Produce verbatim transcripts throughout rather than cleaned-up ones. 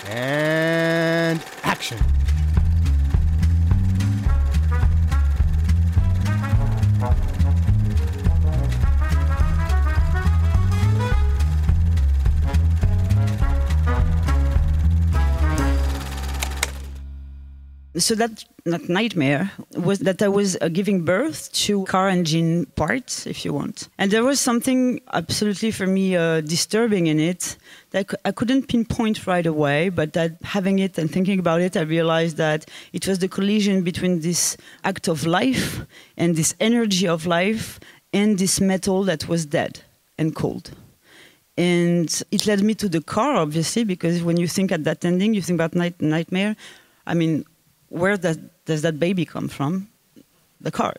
And action. So that, that nightmare was that I was uh, giving birth to car engine parts, if you want. And there was something absolutely, for me, uh, disturbing in it that I couldn't pinpoint right away, but that having it and thinking about it, I realized that it was the collision between this act of life and this energy of life and this metal that was dead and cold. And it led me to the car, obviously, because when you think at that ending, you think about night- nightmare. I mean, where does, does that baby come from? The car.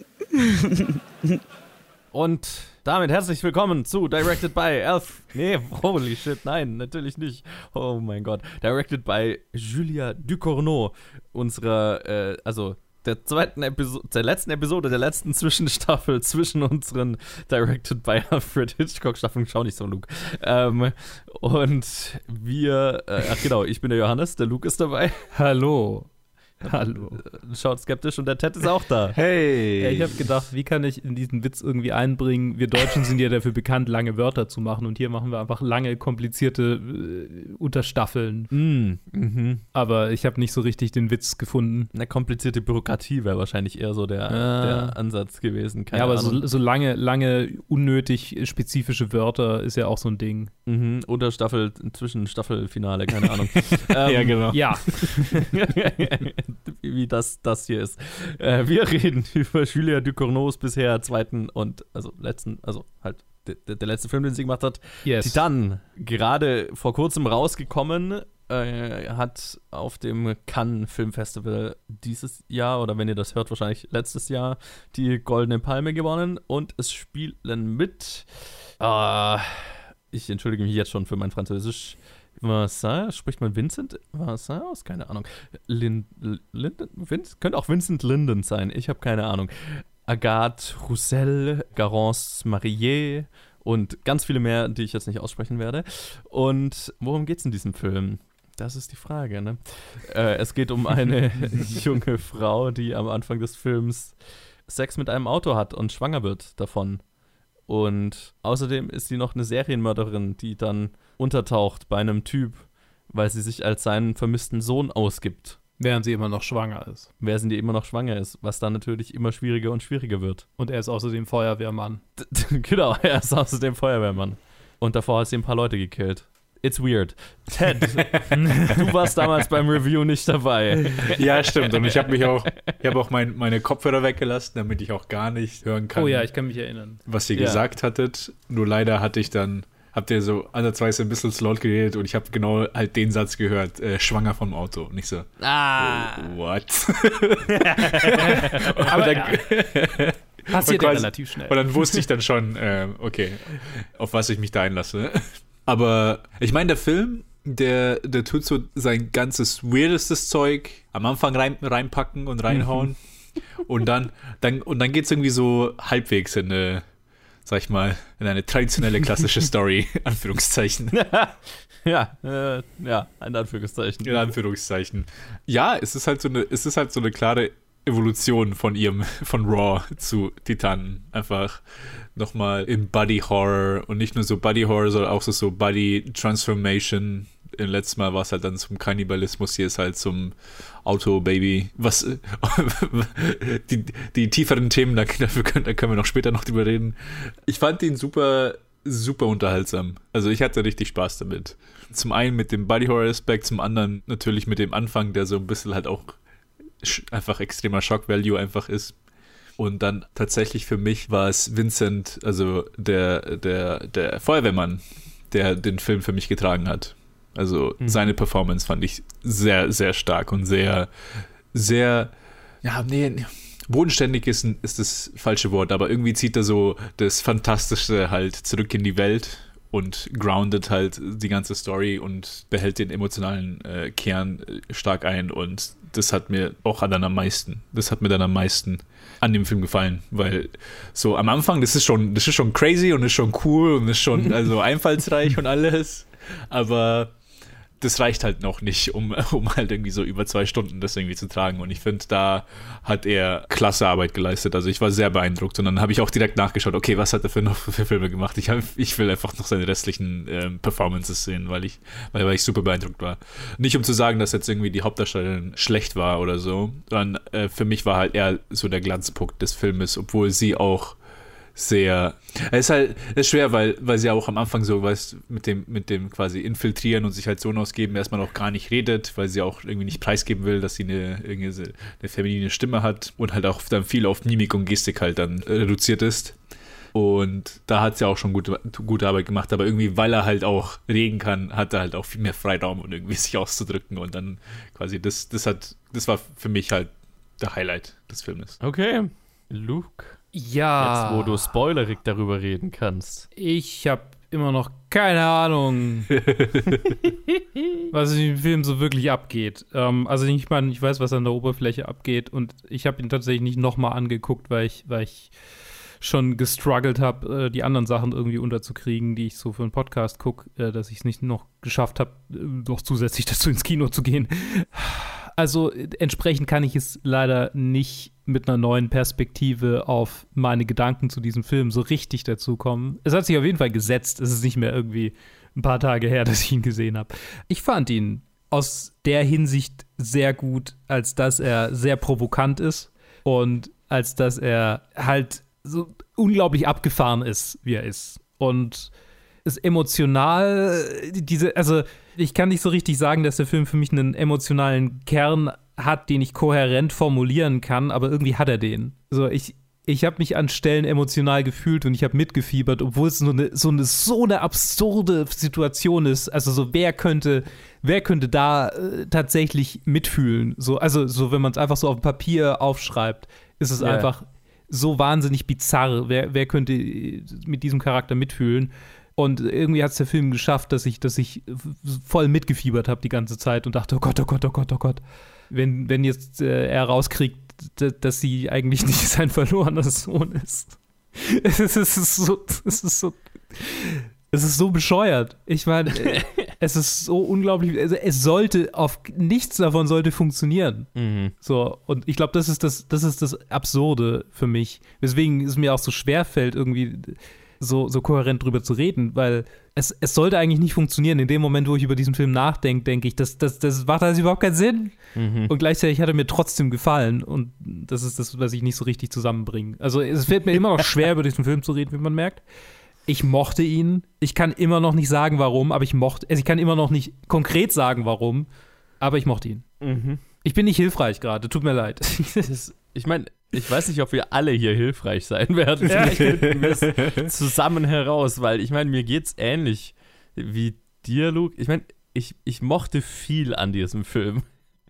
Und damit herzlich willkommen zu Directed by Elf. Nee, holy shit, nein, natürlich nicht. Oh mein Gott. Directed by Julia Ducournau, unserer, äh, also der zweiten Episode, der letzten Episode der letzten Zwischenstaffel zwischen unseren Directed by Alfred Hitchcock Staffeln. Schau nicht so, Luke. Ähm, und wir, äh, ach genau, ich bin der Johannes, der Luke ist dabei. Hallo. Hallo. Schaut skeptisch und der Ted ist auch da. Hey. Ja, ich habe gedacht, wie kann ich in diesen Witz irgendwie einbringen? Wir Deutschen sind ja dafür bekannt, lange Wörter zu machen und hier machen wir einfach lange, komplizierte äh, Unterstaffeln. Mm, mhm. Aber ich habe nicht so richtig den Witz gefunden. Eine komplizierte Bürokratie wäre wahrscheinlich eher so der, ah. der Ansatz gewesen. Keine ja, aber Ahnung. so, so lange, lange, unnötig spezifische Wörter ist ja auch so ein Ding. Mhm. Oder Staffel, zwischen Staffelfinale, keine Ahnung. ähm, ja, genau. Ja. Wie das, das hier ist. Äh, wir reden über Julia Ducournau's bisher zweiten und, also letzten, also halt der, der letzte Film, den sie gemacht hat. Yes. Titan, gerade vor kurzem rausgekommen, äh, hat auf dem Cannes Filmfestival dieses Jahr, oder wenn ihr das hört, wahrscheinlich letztes Jahr, die Goldene Palme gewonnen und es spielen mit, äh, ich entschuldige mich jetzt schon für mein Französisch. Vincent, spricht man Vincent Vincent aus? Keine Ahnung. Lind, Linden, Vince, könnte auch Vincent Linden sein, ich habe keine Ahnung. Agathe Roussel, Garance Marillier und ganz viele mehr, die ich jetzt nicht aussprechen werde. Und worum geht's in diesem Film? Das ist die Frage, ne? Äh, es geht um eine junge Frau, die am Anfang des Films Sex mit einem Auto hat und schwanger wird davon. Und außerdem ist sie noch eine Serienmörderin, die dann untertaucht bei einem Typ, weil sie sich als seinen vermissten Sohn ausgibt. Während sie immer noch schwanger ist. Während sie immer noch schwanger ist, was dann natürlich immer schwieriger und schwieriger wird. Und er ist außerdem Feuerwehrmann. Genau, er ist außerdem Feuerwehrmann. Und davor hat sie ein paar Leute gekillt. It's weird. Ted, du warst damals beim Review nicht dabei. Ja, stimmt. Und ich habe mich auch, ich habe auch mein, meine Kopfhörer weggelassen, damit ich auch gar nicht hören kann. Oh ja, ich kann mich erinnern. Was ihr ja. gesagt hattet. Nur leider hatte ich dann, habt ihr so ansatzweise ein bisschen zu laut geredet und ich habe genau halt den Satz gehört, äh, schwanger vom Auto. Und ich so, ah. oh, what? Aber dann, ja. Passiert ja relativ schnell. Und dann wusste ich dann schon, äh, okay, auf was ich mich da einlasse. Aber ich meine, der Film, der, der tut so sein ganzes weirdestes Zeug am Anfang rein, reinpacken und reinhauen. und dann, dann, und dann geht es irgendwie so halbwegs in eine, sag ich mal, in eine traditionelle klassische Story, Anführungszeichen. ja, äh, ja, in Anführungszeichen. In Anführungszeichen. Ja, es ist halt so eine, es ist halt so eine klare Evolution von ihrem, von Raw zu Titan. Einfach nochmal im Body Horror und nicht nur so Body Horror, sondern auch so, so Body Transformation. Im letzten Mal war es halt dann zum Kannibalismus, hier ist halt zum Auto-Baby. Was, die, die tieferen Themen, da, dafür können, da können wir noch später noch drüber reden. Ich fand ihn super, super unterhaltsam. Also ich hatte richtig Spaß damit. Zum einen mit dem Body Horror-Aspekt, zum anderen natürlich mit dem Anfang, der so ein bisschen halt auch einfach extremer Shock-Value einfach ist. Und dann tatsächlich für mich war es Vincent, also der, der, der Feuerwehrmann, der den Film für mich getragen hat. Also mhm. seine Performance fand ich sehr, sehr stark und sehr, sehr, ja, nee, bodenständig ist, ist das falsche Wort, aber irgendwie zieht er so das Fantastische halt zurück in die Welt und groundet halt die ganze Story und behält den emotionalen äh, Kern stark ein und das hat mir auch dann am meisten, das hat mir dann am meisten an dem Film gefallen, weil so am Anfang, das ist schon, das ist schon crazy und ist schon cool und ist schon also einfallsreich und alles, aber das reicht halt noch nicht, um, um halt irgendwie so über zwei Stunden das irgendwie zu tragen. Und ich finde, da hat er klasse Arbeit geleistet. Also ich war sehr beeindruckt. Und dann habe ich auch direkt nachgeschaut, okay, was hat er für noch für Filme gemacht? Ich, hab, ich will einfach noch seine restlichen ähm, Performances sehen, weil ich, weil, weil ich super beeindruckt war. Nicht um zu sagen, dass jetzt irgendwie die Hauptdarstellerin schlecht war oder so, sondern äh, für mich war halt eher so der Glanzpunkt des Filmes, obwohl sie auch sehr, es ist halt es ist schwer, weil, weil sie auch am Anfang so, weißt, mit dem, mit dem quasi infiltrieren und sich halt so ausgeben, erstmal auch gar nicht redet, weil sie auch irgendwie nicht preisgeben will, dass sie eine, irgendwie so eine feminine Stimme hat und halt auch dann viel auf Mimik und Gestik halt dann reduziert ist. Und da hat sie auch schon gute, gute Arbeit gemacht, aber irgendwie, weil er halt auch reden kann, hat er halt auch viel mehr Freiraum und irgendwie sich auszudrücken und dann quasi, das, das hat, das war für mich halt der Highlight des Filmes. Okay, Luke. Ja. Jetzt, wo du spoilerig darüber reden kannst. Ich habe immer noch keine Ahnung, was in dem Film so wirklich abgeht. Ähm, also ich meine, ich weiß, was an der Oberfläche abgeht und ich habe ihn tatsächlich nicht nochmal angeguckt, weil ich, weil ich schon gestruggelt habe, äh, die anderen Sachen irgendwie unterzukriegen, die ich so für einen Podcast gucke, äh, dass ich es nicht noch geschafft habe, äh, noch zusätzlich dazu ins Kino zu gehen. Also entsprechend kann ich es leider nicht mit einer neuen Perspektive auf meine Gedanken zu diesem Film so richtig dazukommen. Es hat sich auf jeden Fall gesetzt. Es ist nicht mehr irgendwie ein paar Tage her, dass ich ihn gesehen habe. Ich fand ihn aus der Hinsicht sehr gut, als dass er sehr provokant ist und als dass er halt so unglaublich abgefahren ist, wie er ist. Und es emotional, diese, also ich kann nicht so richtig sagen, dass der Film für mich einen emotionalen Kern hat, den ich kohärent formulieren kann, aber irgendwie hat er den. So, ich, ich habe mich an Stellen emotional gefühlt und ich habe mitgefiebert, obwohl es so eine, so eine so eine absurde Situation ist. Also so, wer könnte, wer könnte da äh, tatsächlich mitfühlen? So, also so, wenn man es einfach so auf Papier aufschreibt, ist es yeah. einfach so wahnsinnig bizarr. Wer, wer könnte mit diesem Charakter mitfühlen? Und irgendwie hat es der Film geschafft, dass ich, dass ich voll mitgefiebert habe die ganze Zeit und dachte, oh Gott, oh Gott, oh Gott, oh Gott. Wenn, wenn jetzt äh, er rauskriegt, d- dass sie eigentlich nicht sein verlorener Sohn ist. Es ist, es ist so, es ist so, es ist so bescheuert. Ich meine, es ist so unglaublich, also es sollte auf, nichts davon sollte funktionieren. Mhm. So, und ich glaube, das ist das, das ist das Absurde für mich. Weswegen es mir auch so schwer fällt, irgendwie so, so kohärent drüber zu reden, weil es, es sollte eigentlich nicht funktionieren. In dem Moment, wo ich über diesen Film nachdenke, denke ich, das, das, das macht alles überhaupt keinen Sinn. Mhm. Und gleichzeitig hat er mir trotzdem gefallen und das ist das, was ich nicht so richtig zusammenbringe. Also es fällt mir immer noch schwer, über diesen Film zu reden, wie man merkt. Ich mochte ihn. Ich kann immer noch nicht sagen, warum, aber ich mochte, also ich kann immer noch nicht konkret sagen, warum, aber ich mochte ihn. Mhm. Ich bin nicht hilfreich gerade, tut mir leid. Das, ich meine, ich weiß nicht, ob wir alle hier hilfreich sein werden. Vielleicht finden wir es zusammen heraus, weil ich meine, mir geht's ähnlich wie dir, Luke. Ich meine, ich, ich mochte viel an diesem Film.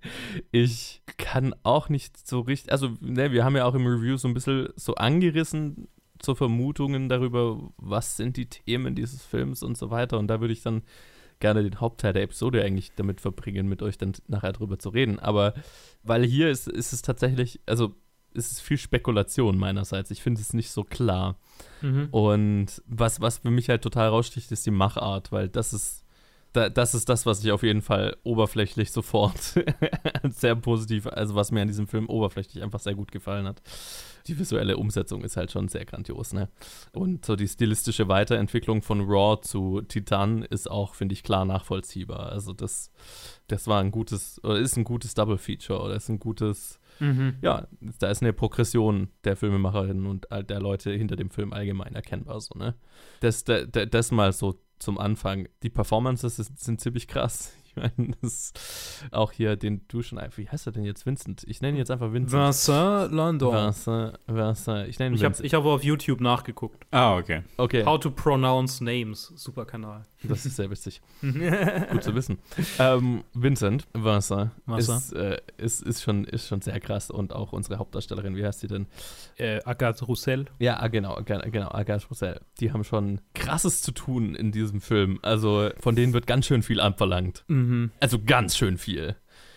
Ich kann auch nicht so richtig, also ne, wir haben ja auch im Review so ein bisschen so angerissen, so Vermutungen darüber, was sind die Themen dieses Films und so weiter. Und da würde ich dann gerne den Hauptteil der Episode eigentlich damit verbringen, mit euch dann nachher drüber zu reden. Aber weil hier ist, ist es tatsächlich, also es ist viel Spekulation meinerseits. Ich finde es nicht so klar. Mhm. Und was, was für mich halt total raussticht, ist die Machart, weil das ist, da, das ist das, was ich auf jeden Fall oberflächlich sofort sehr positiv, also was mir an diesem Film oberflächlich einfach sehr gut gefallen hat. Die visuelle Umsetzung ist halt schon sehr grandios, ne? Und so die stilistische Weiterentwicklung von Raw zu Titan ist auch, finde ich, klar nachvollziehbar. Also das, das war ein gutes, oder ist ein gutes Double Feature oder ist ein gutes, Mhm. ja, da ist eine Progression der Filmemacherinnen und der Leute hinter dem Film allgemein erkennbar, so, ne? Das, das, das mal so zum Anfang. Die Performances sind, sind ziemlich krass. Ich meine, das auch hier den Duschen, wie heißt er denn jetzt? Vincent? Ich nenne ihn jetzt einfach Vincent. Vincent Landon. Vincent, Vincent. Ich nenne ihn Ich habe Vincent. ich hab auf YouTube nachgeguckt. Ah, okay. Okay, How to pronounce names. Super Kanal. das ist sehr witzig. Gut zu wissen. Ähm, Vincent, Vincent, Vincent. Ist, äh, ist, ist, schon, ist schon sehr krass. Und auch unsere Hauptdarstellerin, wie heißt sie denn? Äh, Agathe Roussel. Ja, ah, genau, genau, genau, Agathe Roussel. Die haben schon Krasses zu tun in diesem Film. Also von denen wird ganz schön viel abverlangt. Mhm. Also ganz schön viel.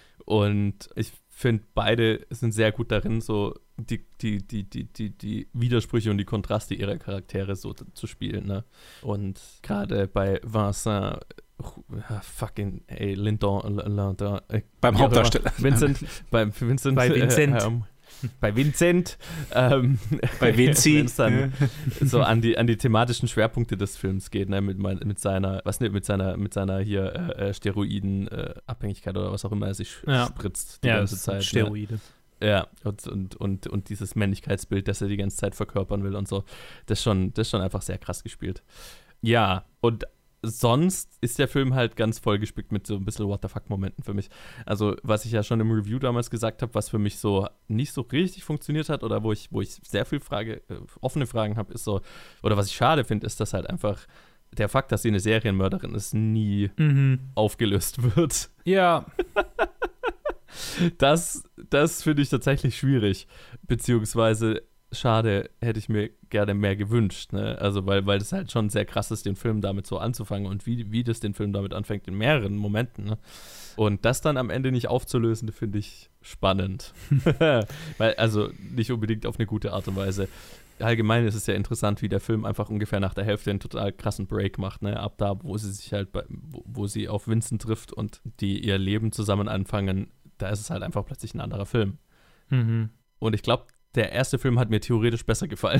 Und ich finde, beide sind sehr gut darin, so die, die, die, die, die, die Widersprüche und die Kontraste ihrer Charaktere so zu spielen. Ne? Und gerade bei Vincent fucking, ey, Lindon, Lindon äh, beim Hauptdarsteller. Vincent, bei Vincent. Bei Vincent. Äh, ähm, bei Vincent. Ähm, bei Vinci. Wenn es dann so an die, an die thematischen Schwerpunkte des Films geht, ne, mit, mit seiner, was nicht, mit seiner, mit seiner hier äh, Steroiden-Abhängigkeit äh, oder was auch immer er sich ja. spritzt die ja, ganze Zeit. Steroide. Ne? Ja, und, und, und, und dieses Männlichkeitsbild, das er die ganze Zeit verkörpern will und so, das ist schon, das ist schon einfach sehr krass gespielt. Ja, und sonst ist der Film halt ganz vollgespickt mit so ein bisschen What the fuck-Momenten für mich. Also, was ich ja schon im Review damals gesagt habe, was für mich so nicht so richtig funktioniert hat oder wo ich, wo ich sehr viel Frage, äh, offene Fragen habe, ist so, oder was ich schade finde, ist, dass halt einfach der Fakt, dass sie eine Serienmörderin ist, nie mhm. aufgelöst wird. Ja. Das, das finde ich tatsächlich schwierig, beziehungsweise schade, hätte ich mir gerne mehr gewünscht, ne? Also weil, weil das halt schon sehr krass ist, den Film damit so anzufangen und wie, wie das den Film damit anfängt in mehreren Momenten, ne? Und das dann am Ende nicht aufzulösen, finde ich spannend. Weil, also nicht unbedingt auf eine gute Art und Weise. Allgemein ist es ja interessant, wie der Film einfach ungefähr nach der Hälfte einen total krassen Break macht, ne? Ab da, wo sie sich halt, bei, wo, wo sie auf Vincent trifft und die ihr Leben zusammen anfangen, da ist es halt einfach plötzlich ein anderer Film. Mhm. Und ich glaube, der erste Film hat mir theoretisch besser gefallen.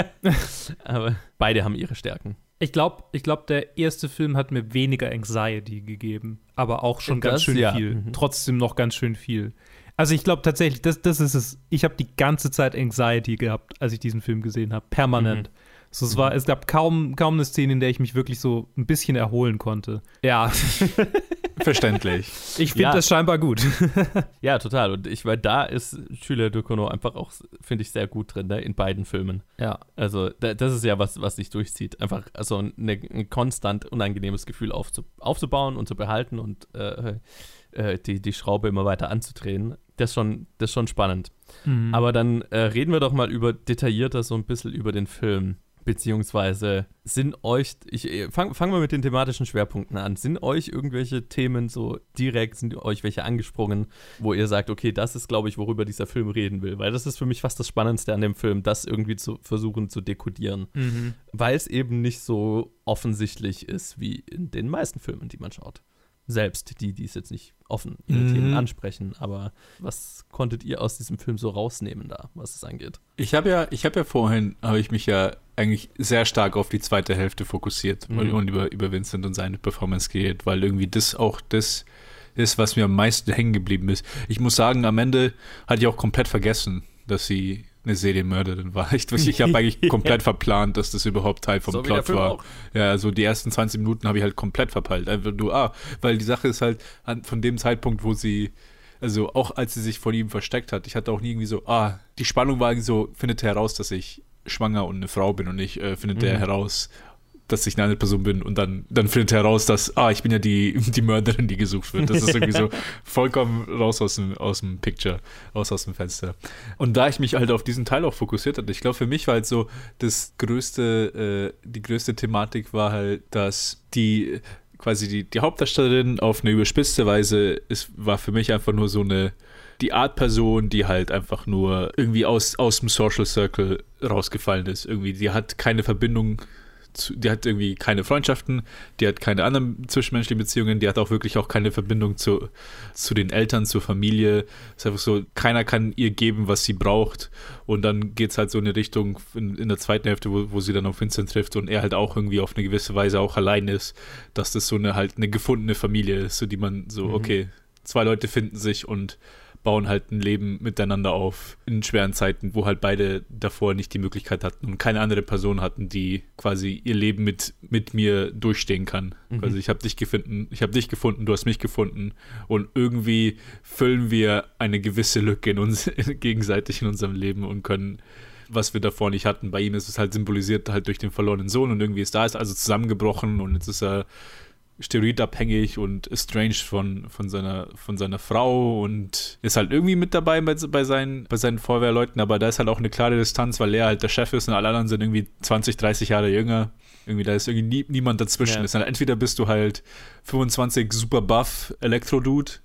Aber beide haben ihre Stärken. Ich glaube, ich glaub, der erste Film hat mir weniger Anxiety gegeben, aber auch schon das, ganz schön ja. viel. Mhm. Trotzdem noch ganz schön viel. Also ich glaube tatsächlich, das, das ist es. Ich habe die ganze Zeit Anxiety gehabt, als ich diesen Film gesehen habe. Permanent. Mhm. So, es, war, es gab kaum, kaum eine Szene, in der ich mich wirklich so ein bisschen erholen konnte. Ja. Verständlich. Ich finde ja. das scheinbar gut. Ja, total. Und ich, weil da ist Julia Ducournau einfach auch, finde ich, sehr gut drin, ne, in beiden Filmen. Ja. Also da, das ist ja was, was sich durchzieht. Einfach also ein, ein konstant unangenehmes Gefühl aufzu, aufzubauen und zu behalten und äh, äh, die, die Schraube immer weiter anzudrehen. Das ist schon, das ist schon spannend. Mhm. Aber dann äh, reden wir doch mal über detaillierter so ein bisschen über den Film. Beziehungsweise sind euch, ich fangen fang wir mit den thematischen Schwerpunkten an, sind euch irgendwelche Themen so direkt, sind euch welche angesprungen, wo ihr sagt, okay, das ist, glaube ich, worüber dieser Film reden will, weil das ist für mich fast das Spannendste an dem Film, das irgendwie zu versuchen zu dekodieren, Mhm. weil es eben nicht so offensichtlich ist, wie in den meisten Filmen, die man schaut. Selbst die, die es jetzt nicht offen ihre Mhm. Themen ansprechen, aber was konntet ihr aus diesem Film so rausnehmen da, was es angeht? Ich habe ja, ich habe ja vorhin, habe ich mich ja eigentlich sehr stark auf die zweite Hälfte fokussiert Mhm. und über, über Vincent und seine Performance geht, weil irgendwie das auch das ist, was mir am meisten hängen geblieben ist. Ich muss sagen, am Ende hatte ich auch komplett vergessen, dass sie eine Serienmörderin war. Ich, ich habe eigentlich komplett verplant, dass das überhaupt Teil vom So wie der Plot Film war. auch. Ja, also die ersten zwanzig Minuten habe ich halt komplett verpeilt. Einfach nur, ah, weil die Sache ist halt, an, von dem Zeitpunkt, wo sie, also auch als sie sich vor ihm versteckt hat, ich hatte auch nie irgendwie so, ah, die Spannung war irgendwie so, findet er heraus, dass ich schwanger und eine Frau bin und nicht äh, findet Mhm. er heraus, dass ich eine andere Person bin und dann, dann findet er heraus, dass, ah, ich bin ja die, die Mörderin, die gesucht wird. Das ist irgendwie so vollkommen raus aus dem, aus dem Picture, raus aus dem Fenster. Und da ich mich halt auf diesen Teil auch fokussiert hatte, ich glaube, für mich war halt so das größte, äh, die größte Thematik war halt, dass die quasi die, die Hauptdarstellerin auf eine überspitzte Weise ist, war für mich einfach nur so eine die Art Person, die halt einfach nur irgendwie aus, aus dem Social Circle rausgefallen ist. Irgendwie, die hat keine Verbindung zu, die hat irgendwie keine Freundschaften, die hat keine anderen zwischenmenschlichen Beziehungen, die hat auch wirklich auch keine Verbindung zu, zu den Eltern, zur Familie. Es ist einfach so, keiner kann ihr geben, was sie braucht. Und dann geht es halt so in eine Richtung in, in der zweiten Hälfte, wo, wo sie dann auf Vincent trifft und er halt auch irgendwie auf eine gewisse Weise auch allein ist, dass das so eine halt eine gefundene Familie ist, so die man so, Mhm. okay, zwei Leute finden sich und bauen halt ein Leben miteinander auf in schweren Zeiten, wo halt beide davor nicht die Möglichkeit hatten und keine andere Person hatten, die quasi ihr Leben mit, mit mir durchstehen kann. Mhm. Also ich habe dich gefunden, ich habe dich gefunden, du hast mich gefunden und irgendwie füllen wir eine gewisse Lücke in uns gegenseitig in unserem Leben und können, was wir davor nicht hatten. Bei ihm ist es halt symbolisiert halt durch den verlorenen Sohn und irgendwie ist da ist also zusammengebrochen und jetzt ist er steroidabhängig und estranged von, von, seiner, von seiner Frau und ist halt irgendwie mit dabei bei, bei, seinen, bei seinen Feuerwehrleuten, aber da ist halt auch eine klare Distanz, weil er halt der Chef ist und alle anderen sind irgendwie zwanzig, dreißig Jahre jünger. Irgendwie, da ist irgendwie nie, niemand dazwischen. Ja. Ist halt, entweder bist du halt fünfundzwanzig super buff Elektro-Dude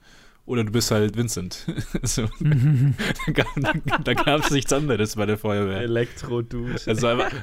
oder du bist halt Vincent. So. Da gab es nichts anderes bei der Feuerwehr. Elektro-Dude. Also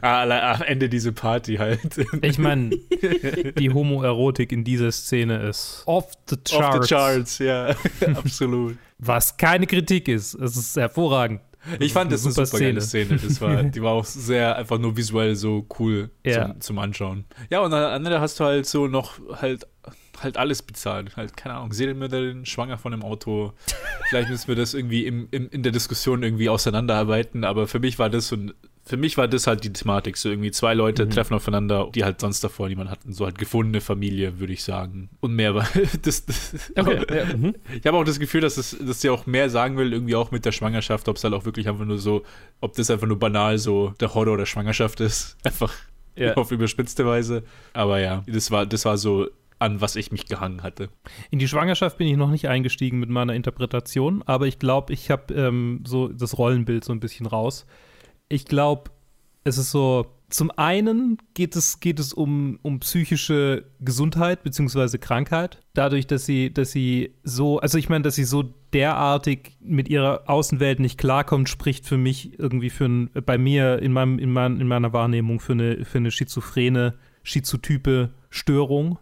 am Ende diese Party halt. Ich meine, die Homoerotik in dieser Szene ist off the charts. Off the charts, ja, absolut. Was keine Kritik ist. Es ist hervorragend. Das ich fand das eine super, super Szene. geile Szene. Das war, die war auch sehr einfach nur visuell so cool ja. zum, zum Anschauen. Ja, und am Ende hast du halt so noch halt halt alles bezahlt. Halt, keine Ahnung, Serienmörderin, schwanger von einem Auto. Vielleicht müssen wir das irgendwie im, im, in der Diskussion irgendwie auseinanderarbeiten, aber für mich war das so ein Für mich war das halt die Thematik, so irgendwie zwei Leute mhm. treffen aufeinander, die halt sonst davor niemand hatten, so halt gefundene Familie, würde ich sagen. Und mehr war das. das okay. ja. mhm. Ich habe auch das Gefühl, dass, es, dass sie auch mehr sagen will, irgendwie auch mit der Schwangerschaft, ob es halt auch wirklich einfach nur so, ob das einfach nur banal so der Horror der Schwangerschaft ist. Einfach ja. auf überspitzte Weise. Aber ja, das war, das war so, an was ich mich gehangen hatte. In die Schwangerschaft bin ich noch nicht eingestiegen mit meiner Interpretation, aber ich glaube, ich habe ähm, so das Rollenbild so ein bisschen raus. Ich glaube, es ist so, zum einen geht es, geht es um, um psychische Gesundheit bzw. Krankheit. Dadurch, dass sie, dass sie so, also ich meine, dass sie so derartig mit ihrer Außenwelt nicht klarkommt, spricht für mich irgendwie für ein, bei mir in, meinem, in, mein, in meiner Wahrnehmung für eine, für eine schizophrene, schizotype Störung.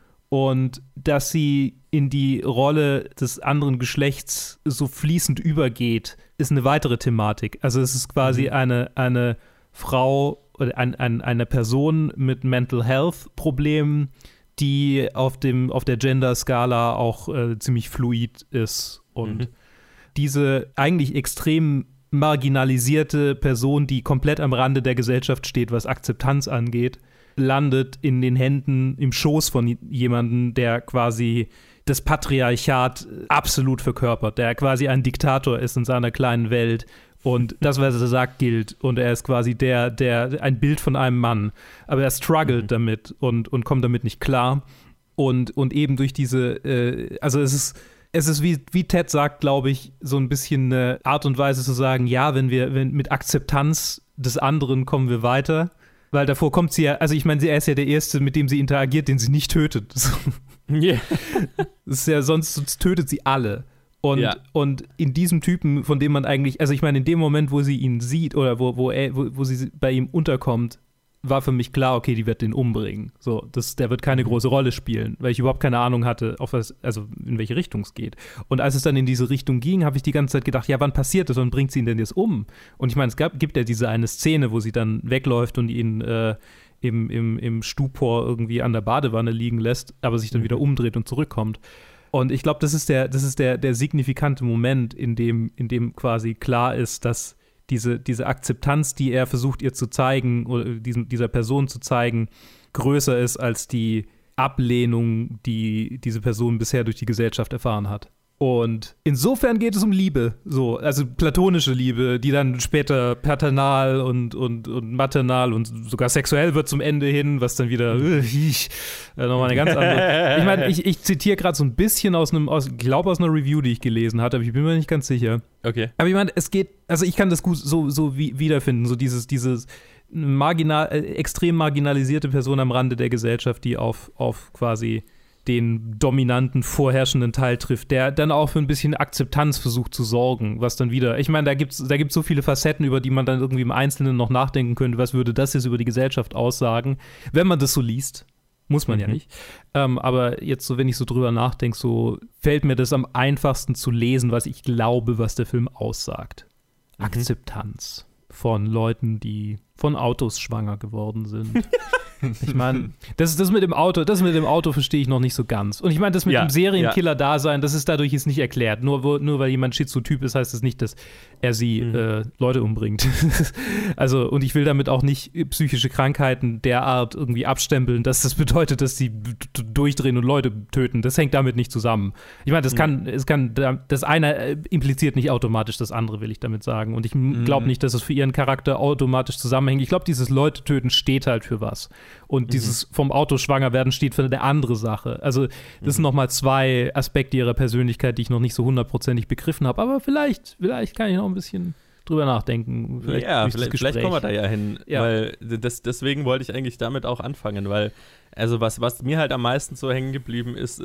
Und dass sie in die Rolle des anderen Geschlechts so fließend übergeht, ist eine weitere Thematik. Also es ist quasi mhm. eine, eine Frau oder ein, ein, eine Person mit Mental Health Problemen, die auf, dem, auf der Gender-Skala auch äh, ziemlich fluid ist. Und mhm. diese eigentlich extrem marginalisierte Person, die komplett am Rande der Gesellschaft steht, was Akzeptanz angeht, landet in den Händen, im Schoß von jemandem, der quasi das Patriarchat absolut verkörpert, der quasi ein Diktator ist in seiner kleinen Welt und das, was er sagt, gilt. Und er ist quasi der, der ein Bild von einem Mann. Aber er struggelt mhm. damit und, und kommt damit nicht klar. Und, und eben durch diese, äh, also es ist Es ist, wie, wie Ted sagt, glaube ich, so ein bisschen eine Art und Weise zu sagen, ja, wenn wir, wenn mit Akzeptanz des anderen kommen wir weiter. Weil davor kommt sie ja, also ich meine, er ist ja der Erste, mit dem sie interagiert, den sie nicht tötet. Yeah. Das ist ja, sonst, sonst tötet sie alle. Und, ja. und in diesem Typen, von dem man eigentlich, also ich meine, in dem Moment, wo sie ihn sieht oder wo, wo, er, wo, wo sie bei ihm unterkommt, war für mich klar, okay, die wird den umbringen. So, das, der wird keine mhm. große Rolle spielen, weil ich überhaupt keine Ahnung hatte, auf was, also in welche Richtung es geht. Und als es dann in diese Richtung ging, habe ich die ganze Zeit gedacht, ja, wann passiert das und bringt sie ihn denn jetzt um? Und ich meine, es gab, gibt ja diese eine Szene, wo sie dann wegläuft und ihn äh, im, im, im Stupor irgendwie an der Badewanne liegen lässt, aber sich dann wieder umdreht und zurückkommt. Und ich glaube, das ist der, das ist der, der signifikante Moment, in dem, in dem quasi klar ist, dass Diese, diese Akzeptanz, die er versucht ihr zu zeigen, oder diesem, dieser Person zu zeigen, größer ist als die Ablehnung, die diese Person bisher durch die Gesellschaft erfahren hat. Und insofern geht es um Liebe, so, also platonische Liebe, die dann später paternal und, und, und maternal und sogar sexuell wird zum Ende hin, was dann wieder äh, nochmal eine ganz andere. Ich meine, ich, ich zitiere gerade so ein bisschen aus einem, aus, ich glaube aus einer Review, die ich gelesen hatte, aber ich bin mir nicht ganz sicher. Okay. Aber ich meine, es geht, also ich kann das gut so, so wie, wiederfinden, so dieses, dieses marginal, äh, extrem marginalisierte Person am Rande der Gesellschaft, die auf, auf quasi den dominanten, vorherrschenden Teil trifft, der dann auch für ein bisschen Akzeptanz versucht zu sorgen, was dann wieder, ich meine, da gibt es da gibt's so viele Facetten, über die man dann irgendwie im Einzelnen noch nachdenken könnte, was würde das jetzt über die Gesellschaft aussagen, wenn man das so liest, muss man mhm. ja nicht, ähm, aber jetzt so, wenn ich so drüber nachdenke, so fällt mir das am einfachsten zu lesen, was ich glaube, was der Film aussagt. Mhm. Akzeptanz von Leuten, die von Autos schwanger geworden sind. Ich meine, das, das mit dem Auto, das mit dem Auto verstehe ich noch nicht so ganz. Und ich meine, das mit ja, dem Serienkiller-Dasein, das ist dadurch jetzt nicht erklärt. Nur, wo, nur weil jemand Schizotyp ist, heißt das nicht, dass er sie mhm. äh, Leute umbringt. Also, und ich will damit auch nicht psychische Krankheiten derart irgendwie abstempeln, dass das bedeutet, dass sie d- d- durchdrehen und Leute töten. Das hängt damit nicht zusammen. Ich meine, das mhm. kann, es kann, das eine impliziert nicht automatisch das andere, will ich damit sagen. Und ich glaube nicht, dass es für ihren Charakter automatisch zusammenhängt. Ich glaube, dieses Leute töten steht halt für was. Und dieses vom Auto schwanger werden steht für eine andere Sache. Also das mhm. sind nochmal zwei Aspekte ihrer Persönlichkeit, die ich noch nicht so hundertprozentig begriffen habe. Aber vielleicht, vielleicht kann ich noch ein bisschen drüber nachdenken. Vielleicht ja, vielleicht, vielleicht kommen wir da ja hin. Ja. Weil das, deswegen wollte ich eigentlich damit auch anfangen. Weil, also was, was mir halt am meisten so hängen geblieben ist, ist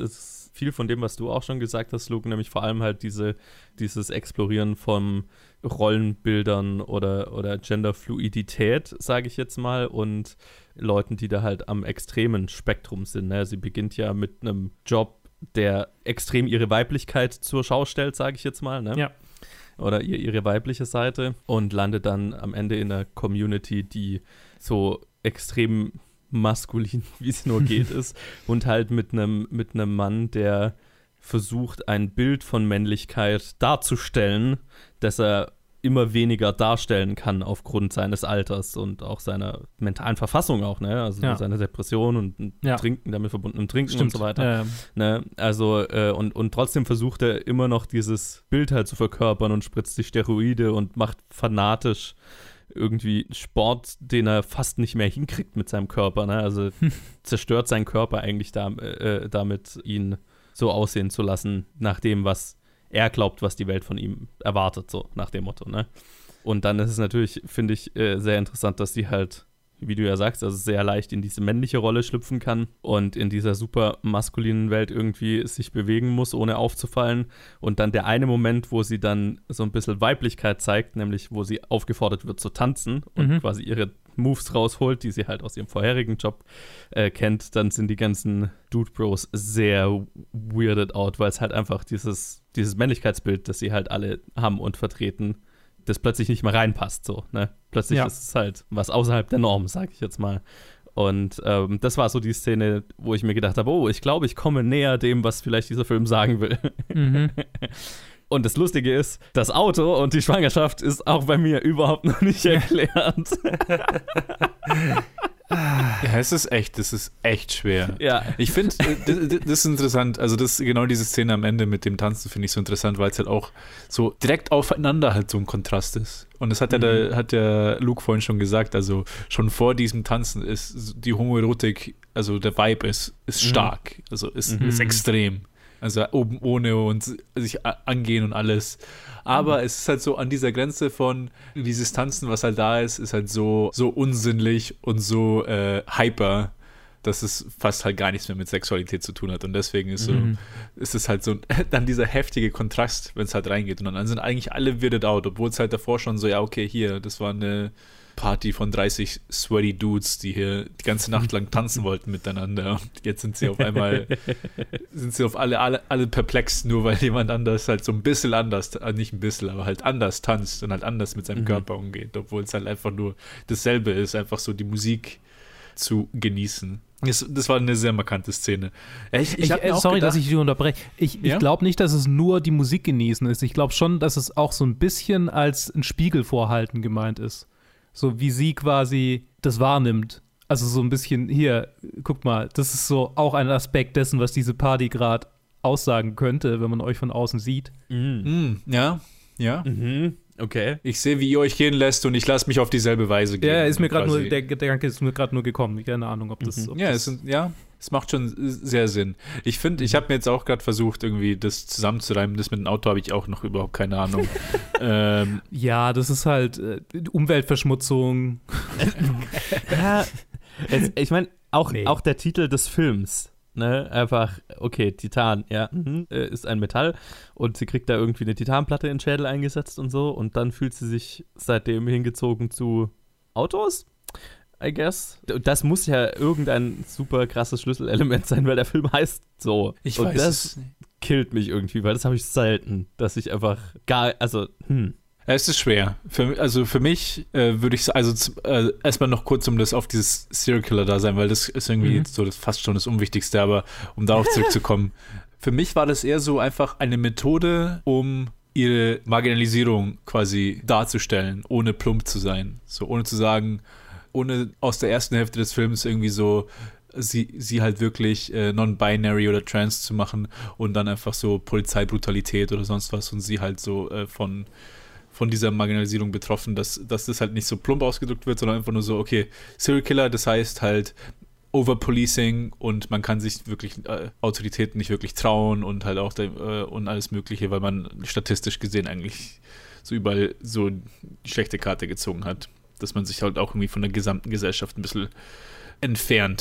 viel von dem, was du auch schon gesagt hast, Luke, nämlich vor allem halt diese, dieses Explorieren von Rollenbildern oder, oder Genderfluidität, sage ich jetzt mal, und Leuten, die da halt am extremen Spektrum sind. Ne? Sie beginnt ja mit einem Job, der extrem ihre Weiblichkeit zur Schau stellt, sage ich jetzt mal. Ne? Ja. Oder ihr, ihre weibliche Seite und landet dann am Ende in einer Community, die so extrem maskulin, wie es nur geht, ist und halt mit einem mit einem Mann, der versucht, ein Bild von Männlichkeit darzustellen, das er immer weniger darstellen kann aufgrund seines Alters und auch seiner mentalen Verfassung auch, ne? Also ja. seine Depression und ja. Trinken, damit verbundenem Trinken Stimmt. und so weiter. Ja, ja. Ne? Also, äh, und, und trotzdem versucht er immer noch dieses Bild halt zu verkörpern und spritzt die Steroide und macht fanatisch irgendwie Sport, den er fast nicht mehr hinkriegt mit seinem Körper, ne? Also zerstört seinen Körper eigentlich da, äh, damit, ihn so aussehen zu lassen, nach dem, was er glaubt, was die Welt von ihm erwartet, so nach dem Motto, ne? Und dann ist es natürlich, finde ich, äh, sehr interessant, dass sie halt, wie du ja sagst, also sehr leicht in diese männliche Rolle schlüpfen kann und in dieser super maskulinen Welt irgendwie sich bewegen muss, ohne aufzufallen. Und dann der eine Moment, wo sie dann so ein bisschen Weiblichkeit zeigt, nämlich wo sie aufgefordert wird zu tanzen und Mhm. quasi ihre Moves rausholt, die sie halt aus ihrem vorherigen Job äh, kennt, dann sind die ganzen Dude Bros sehr weirded out, weil es halt einfach dieses, dieses Männlichkeitsbild, das sie halt alle haben und vertreten, das plötzlich nicht mehr reinpasst, so, ne? Plötzlich Ja. ist es halt was außerhalb der Norm, sag ich jetzt mal. Und ähm, das war so die Szene, wo ich mir gedacht habe, oh, ich glaube, ich komme näher dem, was vielleicht dieser Film sagen will. Mhm. Und das Lustige ist, das Auto und die Schwangerschaft ist auch bei mir überhaupt noch nicht erklärt. Ja, es ist echt, das ist echt schwer. Ja. Ich finde, das, das ist interessant, also das, genau diese Szene am Ende mit dem Tanzen finde ich so interessant, weil es halt auch so direkt aufeinander halt so ein Kontrast ist. Und das hat ja Mhm. der, hat der Luke vorhin schon gesagt, also schon vor diesem Tanzen ist die Homoerotik, also der Vibe ist, ist Mhm. stark, also ist, Mhm. ist extrem. Also oben ohne und sich a- angehen und alles. Aber Mhm. es ist halt so an dieser Grenze von dieses Tanzen, was halt da ist, ist halt so, so unsinnlich und so äh, hyper, dass es fast halt gar nichts mehr mit Sexualität zu tun hat. Und deswegen ist so, Mhm. ist es halt so dann dieser heftige Kontrast, wenn es halt reingeht. Und dann sind eigentlich alle weirded out, obwohl es halt davor schon so, ja, okay, hier, das war eine Party von dreißig sweaty Dudes, die hier die ganze Nacht lang tanzen wollten miteinander. Und jetzt sind sie auf einmal, sind sie auf alle, alle, alle perplex, nur weil jemand anders halt so ein bisschen anders, äh, nicht ein bisschen, aber halt anders tanzt und halt anders mit seinem Mhm. Körper umgeht, obwohl es halt einfach nur dasselbe ist, einfach so die Musik zu genießen. Das, das war eine sehr markante Szene. Ich, ich Ich, hab mir äh, auch sorry, gedacht, dass ich dich unterbreche. Ich, Ja? ich glaube nicht, dass es nur die Musik genießen ist. Ich glaube schon, dass es auch so ein bisschen als ein Spiegel vorhalten gemeint ist. So wie sie quasi das wahrnimmt. Also so ein bisschen, hier, guck mal, das ist so auch ein Aspekt dessen, was diese Party gerade aussagen könnte, wenn man euch von außen sieht. Mhm. Mm, ja, ja. Mhm. Okay. Ich sehe, wie ihr euch gehen lässt und ich lasse mich auf dieselbe Weise gehen. Ja, ist mir gerade nur, quasi. der Gedanke ist mir gerade nur gekommen. Keine Ahnung, ob das. Mhm. Ob Ja, das es sind, ja, es macht schon sehr Sinn. Ich finde, ich habe mir jetzt auch gerade versucht, irgendwie das zusammenzureimen. Das mit dem Auto habe ich auch noch überhaupt keine Ahnung. ähm, ja, das ist halt äh, Umweltverschmutzung. Ja, es, ich meine, auch, Nee. auch der Titel des Films, ne, einfach, okay, Titan, ja, mhm, äh, ist ein Metall und sie kriegt da irgendwie eine Titanplatte in den Schädel eingesetzt und so und dann fühlt sie sich seitdem hingezogen zu Autos, I guess. Und das muss ja irgendein super krasses Schlüsselelement sein, weil der Film heißt so. ich und weiß das es nicht. killt mich irgendwie, weil das habe ich selten, dass ich einfach gar, also, hm. Ja, es ist schwer. Für, also für mich äh, würde ich, also z- äh, erstmal noch kurz um das auf dieses Serial Killer da sein, weil das ist irgendwie Mhm. so das fast schon das Unwichtigste, aber um darauf zurückzukommen. Für mich war das eher so einfach eine Methode, um ihre Marginalisierung quasi darzustellen, ohne plump zu sein. So ohne zu sagen, ohne aus der ersten Hälfte des Films irgendwie so sie, sie halt wirklich äh, non-binary oder trans zu machen und dann einfach so Polizeibrutalität oder sonst was und sie halt so äh, von von dieser Marginalisierung betroffen, dass, dass das halt nicht so plump ausgedrückt wird, sondern einfach nur so, okay, Serial Killer, das heißt halt Overpolicing und man kann sich wirklich äh, Autoritäten nicht wirklich trauen und halt auch der, äh, und alles Mögliche, weil man statistisch gesehen eigentlich so überall so die schlechte Karte gezogen hat, dass man sich halt auch irgendwie von der gesamten Gesellschaft ein bisschen entfernt.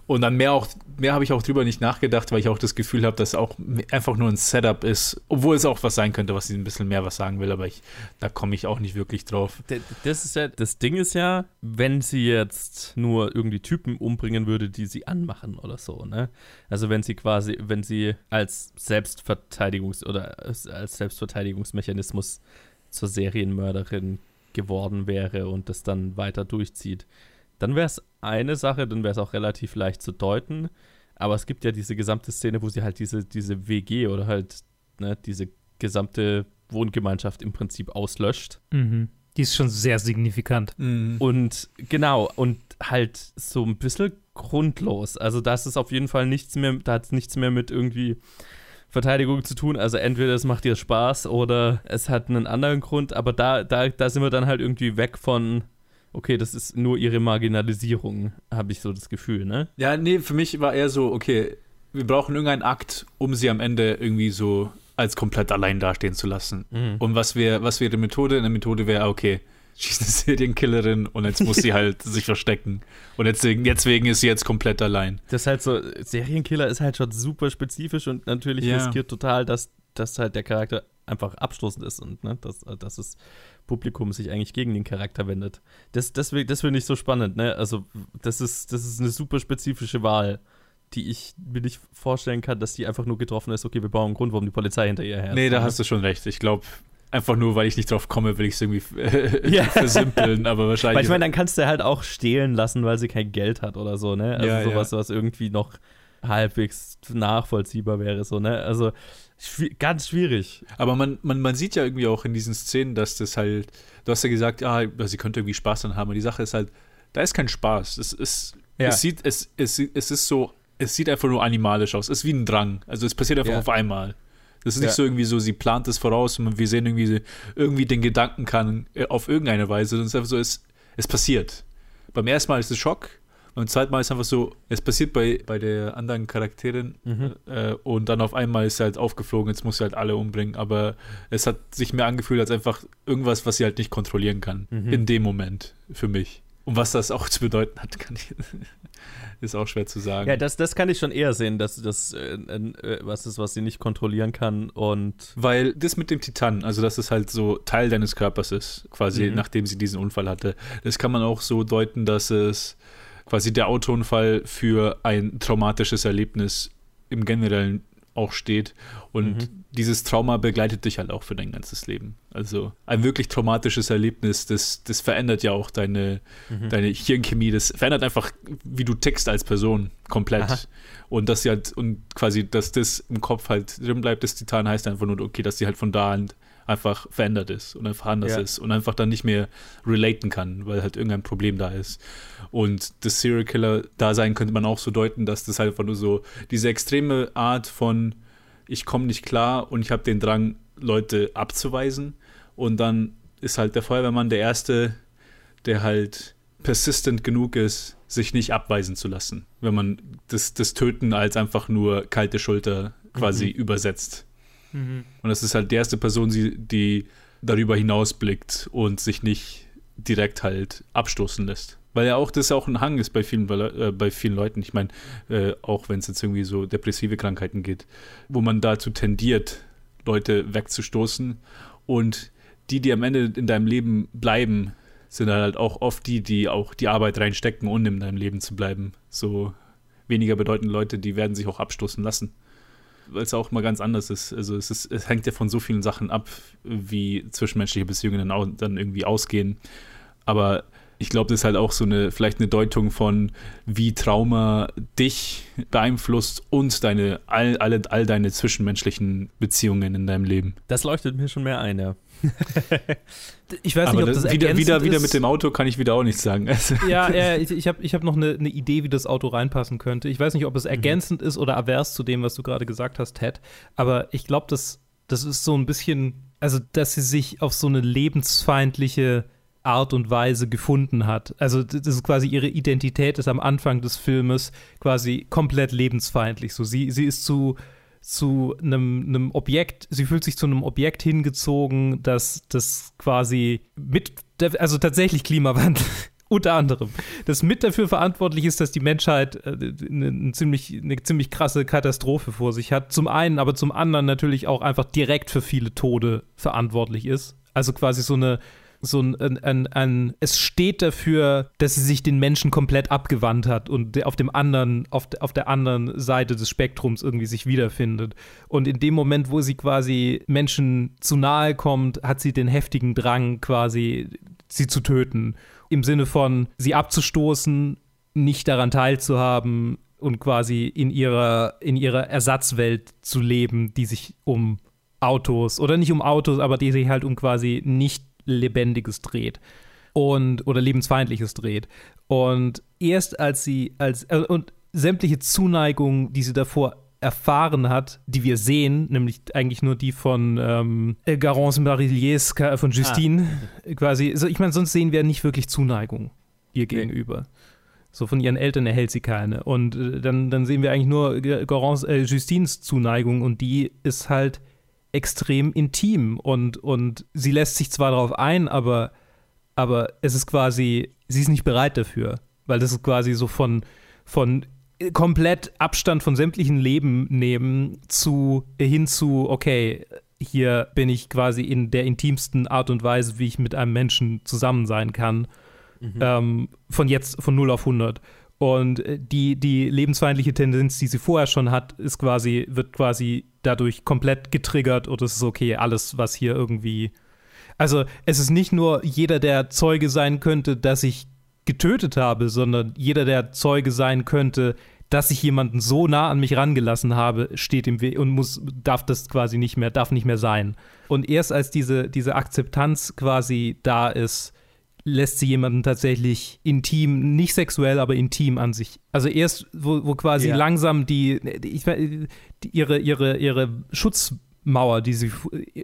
Und dann mehr auch, mehr habe ich auch drüber nicht nachgedacht, weil ich auch das Gefühl habe, dass es auch einfach nur ein Setup ist, obwohl es auch was sein könnte, was sie ein bisschen mehr was sagen will, aber ich, da komme ich auch nicht wirklich drauf. Das ist ja, das Ding ist ja, wenn sie jetzt nur irgendwie Typen umbringen würde, die sie anmachen oder so, ne? Also wenn sie quasi, wenn sie als Selbstverteidigungs- oder als Selbstverteidigungsmechanismus zur Serienmörderin geworden wäre und das dann weiter durchzieht, dann wäre es eine Sache, dann wäre es auch relativ leicht zu deuten, aber es gibt ja diese gesamte Szene, wo sie halt diese, diese W G oder halt ne, diese gesamte Wohngemeinschaft im Prinzip auslöscht. Mhm. Die ist schon sehr signifikant. Mhm. Und genau, und halt so ein bisschen grundlos. Also das ist auf jeden Fall nichts mehr, da hat es nichts mehr mit irgendwie Verteidigung zu tun. Also entweder es macht ihr Spaß oder es hat einen anderen Grund, aber da, da, da sind wir dann halt irgendwie weg von okay, das ist nur ihre Marginalisierung, habe ich so das Gefühl, ne? Ja, nee, für mich war eher so, okay, wir brauchen irgendeinen Akt, um sie am Ende irgendwie so als komplett allein dastehen zu lassen. Mhm. Und was wäre was wär die Methode? Eine Methode wäre, okay, sie ist eine Serienkillerin und jetzt muss sie halt sich verstecken. Und deswegen, deswegen ist sie jetzt komplett allein. Das ist halt so, Serienkiller ist halt schon super spezifisch und natürlich ja. riskiert total, dass, dass halt der Charakter einfach abstoßend ist und ne, dass, dass das Publikum sich eigentlich gegen den Charakter wendet. Das, das, das finde ich so spannend, ne? Also das ist, das ist eine super spezifische Wahl, die ich mir nicht vorstellen kann, dass die einfach nur getroffen ist, okay, wir brauchen einen Grund, warum die Polizei hinter ihr her. Nee, da hast du schon recht. Ich glaube, einfach nur, weil ich nicht drauf komme, will ich es irgendwie äh, ja. versimpeln, aber wahrscheinlich. Weil ich meine, dann kannst du halt auch stehlen lassen, weil sie kein Geld hat oder so, ne? Also ja, sowas, ja. was irgendwie noch halbwegs nachvollziehbar wäre, so, ne? Also schwi- ganz schwierig. Aber man, man, man sieht ja irgendwie auch in diesen Szenen, dass das halt, du hast ja gesagt, ah, sie könnte irgendwie Spaß dran haben, aber die Sache ist halt, da ist kein Spaß. Es ist, ja. es sieht, es, es, es ist so, es sieht einfach nur animalisch aus. Es ist wie ein Drang. Also es passiert einfach ja. auf einmal. Das ist nicht ja. so irgendwie so, sie plant es voraus und wir sehen irgendwie, irgendwie den Gedanken kann auf irgendeine Weise. Es ist einfach so, es, es passiert. Beim ersten Mal ist es Schock. Beim zweiten Mal ist es einfach so, es passiert bei, bei der anderen Charakterin Mhm. äh, und dann auf einmal ist sie halt aufgeflogen, jetzt muss sie halt alle umbringen, aber es hat sich mehr angefühlt als einfach irgendwas, was sie halt nicht kontrollieren kann. Mhm. In dem Moment, für mich. Und was das auch zu bedeuten hat, kann ich, ist auch schwer zu sagen. Ja, das, das kann ich schon eher sehen, dass das äh, äh, was ist, was sie nicht kontrollieren kann und Weil das mit dem Titan, also dass es halt so Teil deines Körpers ist, quasi Mhm. nachdem sie diesen Unfall hatte, das kann man auch so deuten, dass es quasi der Autounfall für ein traumatisches Erlebnis im Generellen auch steht und Mhm. dieses Trauma begleitet dich halt auch für dein ganzes Leben. Also ein wirklich traumatisches Erlebnis, das, das verändert ja auch deine, Mhm. deine Hirnchemie, das verändert einfach, wie du tickst als Person komplett. Aha. Und dass sie halt, und quasi, dass das im Kopf halt drin bleibt, das Titan heißt einfach nur, okay, dass sie halt von da an einfach verändert ist und einfach anders Ja. ist und einfach dann nicht mehr relaten kann, weil halt irgendein Problem da ist. Und das Serial Killer-Dasein könnte man auch so deuten, dass das halt einfach nur so diese extreme Art von ich komme nicht klar und ich habe den Drang, Leute abzuweisen. Und dann ist halt der Feuerwehrmann der Erste, der halt persistent genug ist, sich nicht abweisen zu lassen, wenn man das, das Töten als einfach nur kalte Schulter quasi Mhm. übersetzt. Mhm. Und das ist halt die erste Person, die, die darüber hinausblickt und sich nicht direkt halt abstoßen lässt. Weil ja auch das auch ein Hang ist bei vielen, äh, bei vielen Leuten. Ich meine, äh, auch wenn es jetzt irgendwie so depressive Krankheiten geht, wo man dazu tendiert, Leute wegzustoßen. Und die, die am Ende in deinem Leben bleiben, sind halt auch oft die, die auch die Arbeit reinstecken, um in deinem Leben zu bleiben. So weniger bedeutende Leute, die werden sich auch abstoßen lassen. Weil es auch mal ganz anders ist. Also es, ist, es hängt ja von so vielen Sachen ab, wie zwischenmenschliche Beziehungen dann, au- dann irgendwie ausgehen. Aber ich glaube, das ist halt auch so eine, vielleicht eine Deutung von, wie Trauma dich beeinflusst und deine, all, alle, all deine zwischenmenschlichen Beziehungen in deinem Leben. das leuchtet mir schon mehr ein, ja. Ich weiß Aber nicht, ob das, das wieder, ergänzend wieder, wieder ist. mit dem Auto kann ich wieder auch nichts sagen. Also, Ja, ja, ich, ich habe ich hab noch eine, eine Idee, wie das Auto reinpassen könnte. Ich weiß nicht, ob es ergänzend ist oder avers zu dem, was du gerade gesagt hast, Ted. Aber ich glaube, das, das ist so ein bisschen, also, dass sie sich auf so eine lebensfeindliche Art und Weise gefunden hat. Also, das ist quasi ihre Identität ist am Anfang des Filmes quasi komplett lebensfeindlich. So, sie, sie ist zu zu einem, einem Objekt, sie fühlt sich zu einem Objekt hingezogen, das, das quasi mit, also tatsächlich Klimawandel unter anderem, das mit dafür verantwortlich ist, dass die Menschheit äh, eine, eine, ziemlich, eine ziemlich krasse Katastrophe vor sich hat. Zum einen, aber zum anderen natürlich auch einfach direkt für viele Tode verantwortlich ist. Also quasi so eine, so ein, ein, ein, ein es steht dafür, dass sie sich den Menschen komplett abgewandt hat und auf dem anderen, auf, auf der anderen Seite des Spektrums irgendwie sich wiederfindet. Und in dem Moment, wo sie quasi Menschen zu nahe kommt, hat sie den heftigen Drang, quasi sie zu töten. Im Sinne von, sie abzustoßen, nicht daran teilzuhaben und quasi in ihrer, in ihrer Ersatzwelt zu leben, die sich um Autos, oder nicht um Autos, aber die sich halt um quasi nicht Lebendiges dreht. Und, oder Lebensfeindliches dreht. Und erst als sie, als, äh, und sämtliche Zuneigungen, die sie davor erfahren hat, die wir sehen, nämlich eigentlich nur die von ähm, Garance Marilliers, von Justine, ah. quasi, also ich meine, sonst sehen wir nicht wirklich Zuneigung ihr okay. gegenüber. So von ihren Eltern erhält sie keine. Und äh, dann, dann sehen wir eigentlich nur Garance, äh, Justines Zuneigung und die ist halt extrem intim und, und sie lässt sich zwar darauf ein, aber, aber es ist quasi, sie ist nicht bereit dafür, weil das ist quasi so von, von komplett Abstand von sämtlichen Leben nehmen zu hin zu, okay, hier bin ich quasi in der intimsten Art und Weise, wie ich mit einem Menschen zusammen sein kann, mhm. ähm, von jetzt, von null auf hundert. Und die, die lebensfeindliche Tendenz, die sie vorher schon hat, ist quasi, wird quasi dadurch komplett getriggert und es ist okay, alles, was hier irgendwie, also es ist nicht nur jeder, der Zeuge sein könnte, dass ich getötet habe, sondern jeder, der Zeuge sein könnte, dass ich jemanden so nah an mich rangelassen habe, steht im Weg und muss, darf das quasi nicht mehr, darf nicht mehr sein. Und erst als diese, diese Akzeptanz quasi da ist, lässt sie jemanden tatsächlich intim, nicht sexuell, aber intim an sich. Also erst, wo, wo quasi ja. langsam die, ich, die ihre, ihre, ihre Schutzmauer, die sie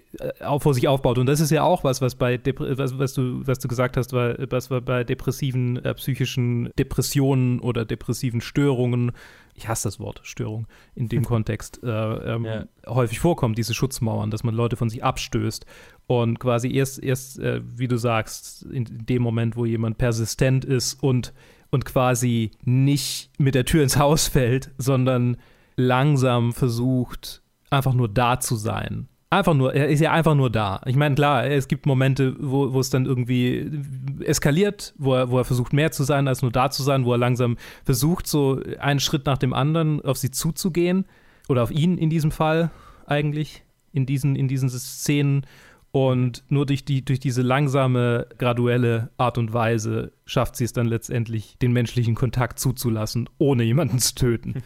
äh, vor sich aufbaut. Und das ist ja auch was, was bei Dep- was, was du, was du gesagt hast, was bei depressiven, äh, psychischen Depressionen oder depressiven Störungen, ich hasse das Wort Störung in dem Kontext, äh, ähm, ja. häufig vorkommt, diese Schutzmauern, dass man Leute von sich abstößt. Und quasi erst, erst äh, wie du sagst, in dem Moment, wo jemand persistent ist und, und quasi nicht mit der Tür ins Haus fällt, sondern langsam versucht, einfach nur da zu sein. Einfach nur, er ist ja einfach nur da. Ich meine, klar, es gibt Momente, wo, wo es dann irgendwie eskaliert, wo er, wo er versucht, mehr zu sein, als nur da zu sein, wo er langsam versucht, so einen Schritt nach dem anderen auf sie zuzugehen. Oder auf ihn in diesem Fall eigentlich, in diesen, in diesen Szenen. Und nur durch, die, durch diese langsame, graduelle Art und Weise schafft sie es dann letztendlich, den menschlichen Kontakt zuzulassen, ohne jemanden zu töten.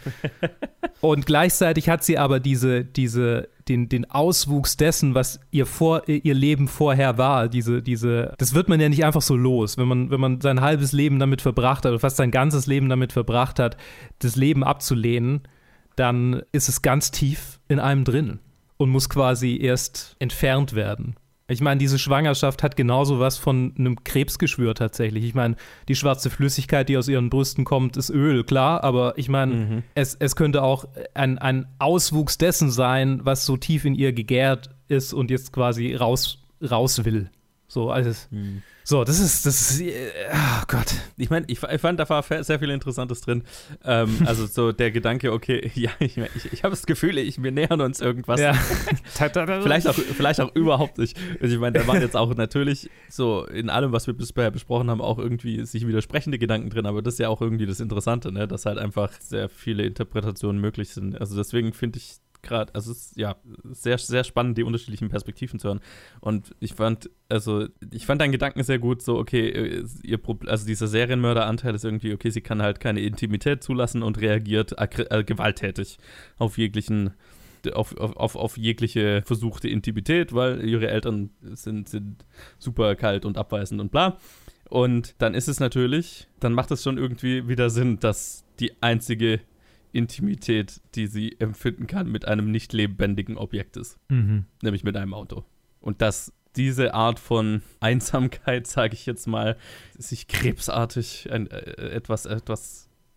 Und gleichzeitig hat sie aber diese, diese, den, den Auswuchs dessen, was ihr, vor, ihr Leben vorher war. Diese, diese, das wird man ja nicht einfach so los. Wenn man, wenn man sein halbes Leben damit verbracht hat, oder fast sein ganzes Leben damit verbracht hat, das Leben abzulehnen, dann ist es ganz tief in einem drin. Und muss quasi erst entfernt werden. Ich meine, diese Schwangerschaft hat genauso was von einem Krebsgeschwür tatsächlich. Ich meine, die schwarze Flüssigkeit, die aus ihren Brüsten kommt, ist Öl, klar, aber ich meine, mhm. es, es könnte auch ein, ein Auswuchs dessen sein, was so tief in ihr gegärt ist und jetzt quasi raus, raus will. So, also, hm. so, das ist, das ist, oh Gott. Ich meine, ich, ich fand, da war sehr viel Interessantes drin. Ähm, also so der Gedanke, okay, ja, ich, ich, ich habe das Gefühl, ich, wir nähern uns irgendwas. Ja. vielleicht, auch, vielleicht auch überhaupt nicht. Also ich meine, da waren jetzt auch natürlich so in allem, was wir bisher besprochen haben, auch irgendwie sich widersprechende Gedanken drin, aber das ist ja auch irgendwie das Interessante, ne? Dass halt einfach sehr viele Interpretationen möglich sind. Also deswegen finde ich gerade, also es ist ja sehr, sehr spannend, die unterschiedlichen Perspektiven zu hören. Und ich fand, also ich fand deinen Gedanken sehr gut, so okay, ihr Pro- also dieser Serienmörderanteil ist irgendwie, okay, sie kann halt keine Intimität zulassen und reagiert agri- äh, gewalttätig auf jeglichen Auf, auf, auf jegliche versuchte Intimität, weil ihre Eltern sind, sind super kalt und abweisend und bla. Und dann ist es natürlich, dann macht es schon irgendwie wieder Sinn, dass die einzige Intimität, die sie empfinden kann, mit einem nicht lebendigen Objekt ist. Mhm. Nämlich mit einem Auto. Und dass diese Art von Einsamkeit, sage ich jetzt mal, sich krebsartig ein, äh, etwas, etwas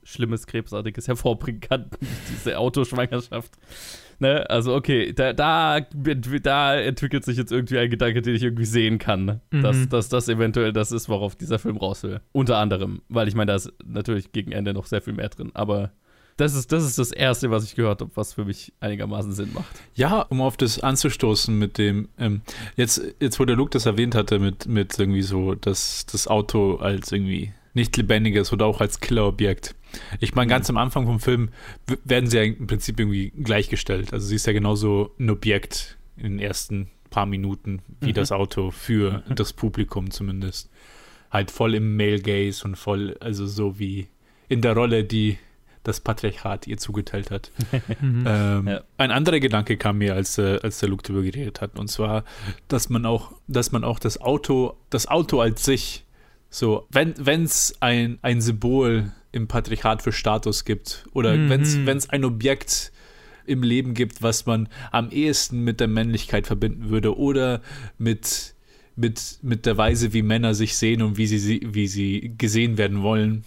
Schlimmes, Krebsartiges hervorbringen kann, diese Autoschwangerschaft. Ne? Also okay, da, da, da entwickelt sich jetzt irgendwie ein Gedanke, den ich irgendwie sehen kann, mhm. dass, dass das eventuell das ist, worauf dieser Film raus will. Unter anderem, weil ich meine, da ist natürlich gegen Ende noch sehr viel mehr drin, aber das ist, das ist das Erste, was ich gehört habe, was für mich einigermaßen Sinn macht. Ja, um auf das anzustoßen mit dem, ähm, jetzt, jetzt wo der Luke das erwähnt hatte, mit, mit irgendwie so, das, das Auto als irgendwie nicht lebendiges oder auch als Killerobjekt. Ich meine, ganz am Anfang vom Film w- werden sie ja im Prinzip irgendwie gleichgestellt. Also sie ist ja genauso ein Objekt in den ersten paar Minuten wie mhm. das Auto für mhm. das Publikum zumindest. Halt voll im Male Gaze und voll, also so wie in der Rolle, die das Patriarchat ihr zugeteilt hat. mhm. ähm, ja. Ein anderer Gedanke kam mir, als, äh, als der Luke darüber geredet hat, und zwar, dass man auch, dass man auch das Auto, das Auto als sich so, wenn es ein, ein Symbol im Patriarchat für Status gibt oder mhm. wenn es ein Objekt im Leben gibt, was man am ehesten mit der Männlichkeit verbinden würde oder mit, mit, mit der Weise, wie Männer sich sehen und wie sie, wie sie gesehen werden wollen,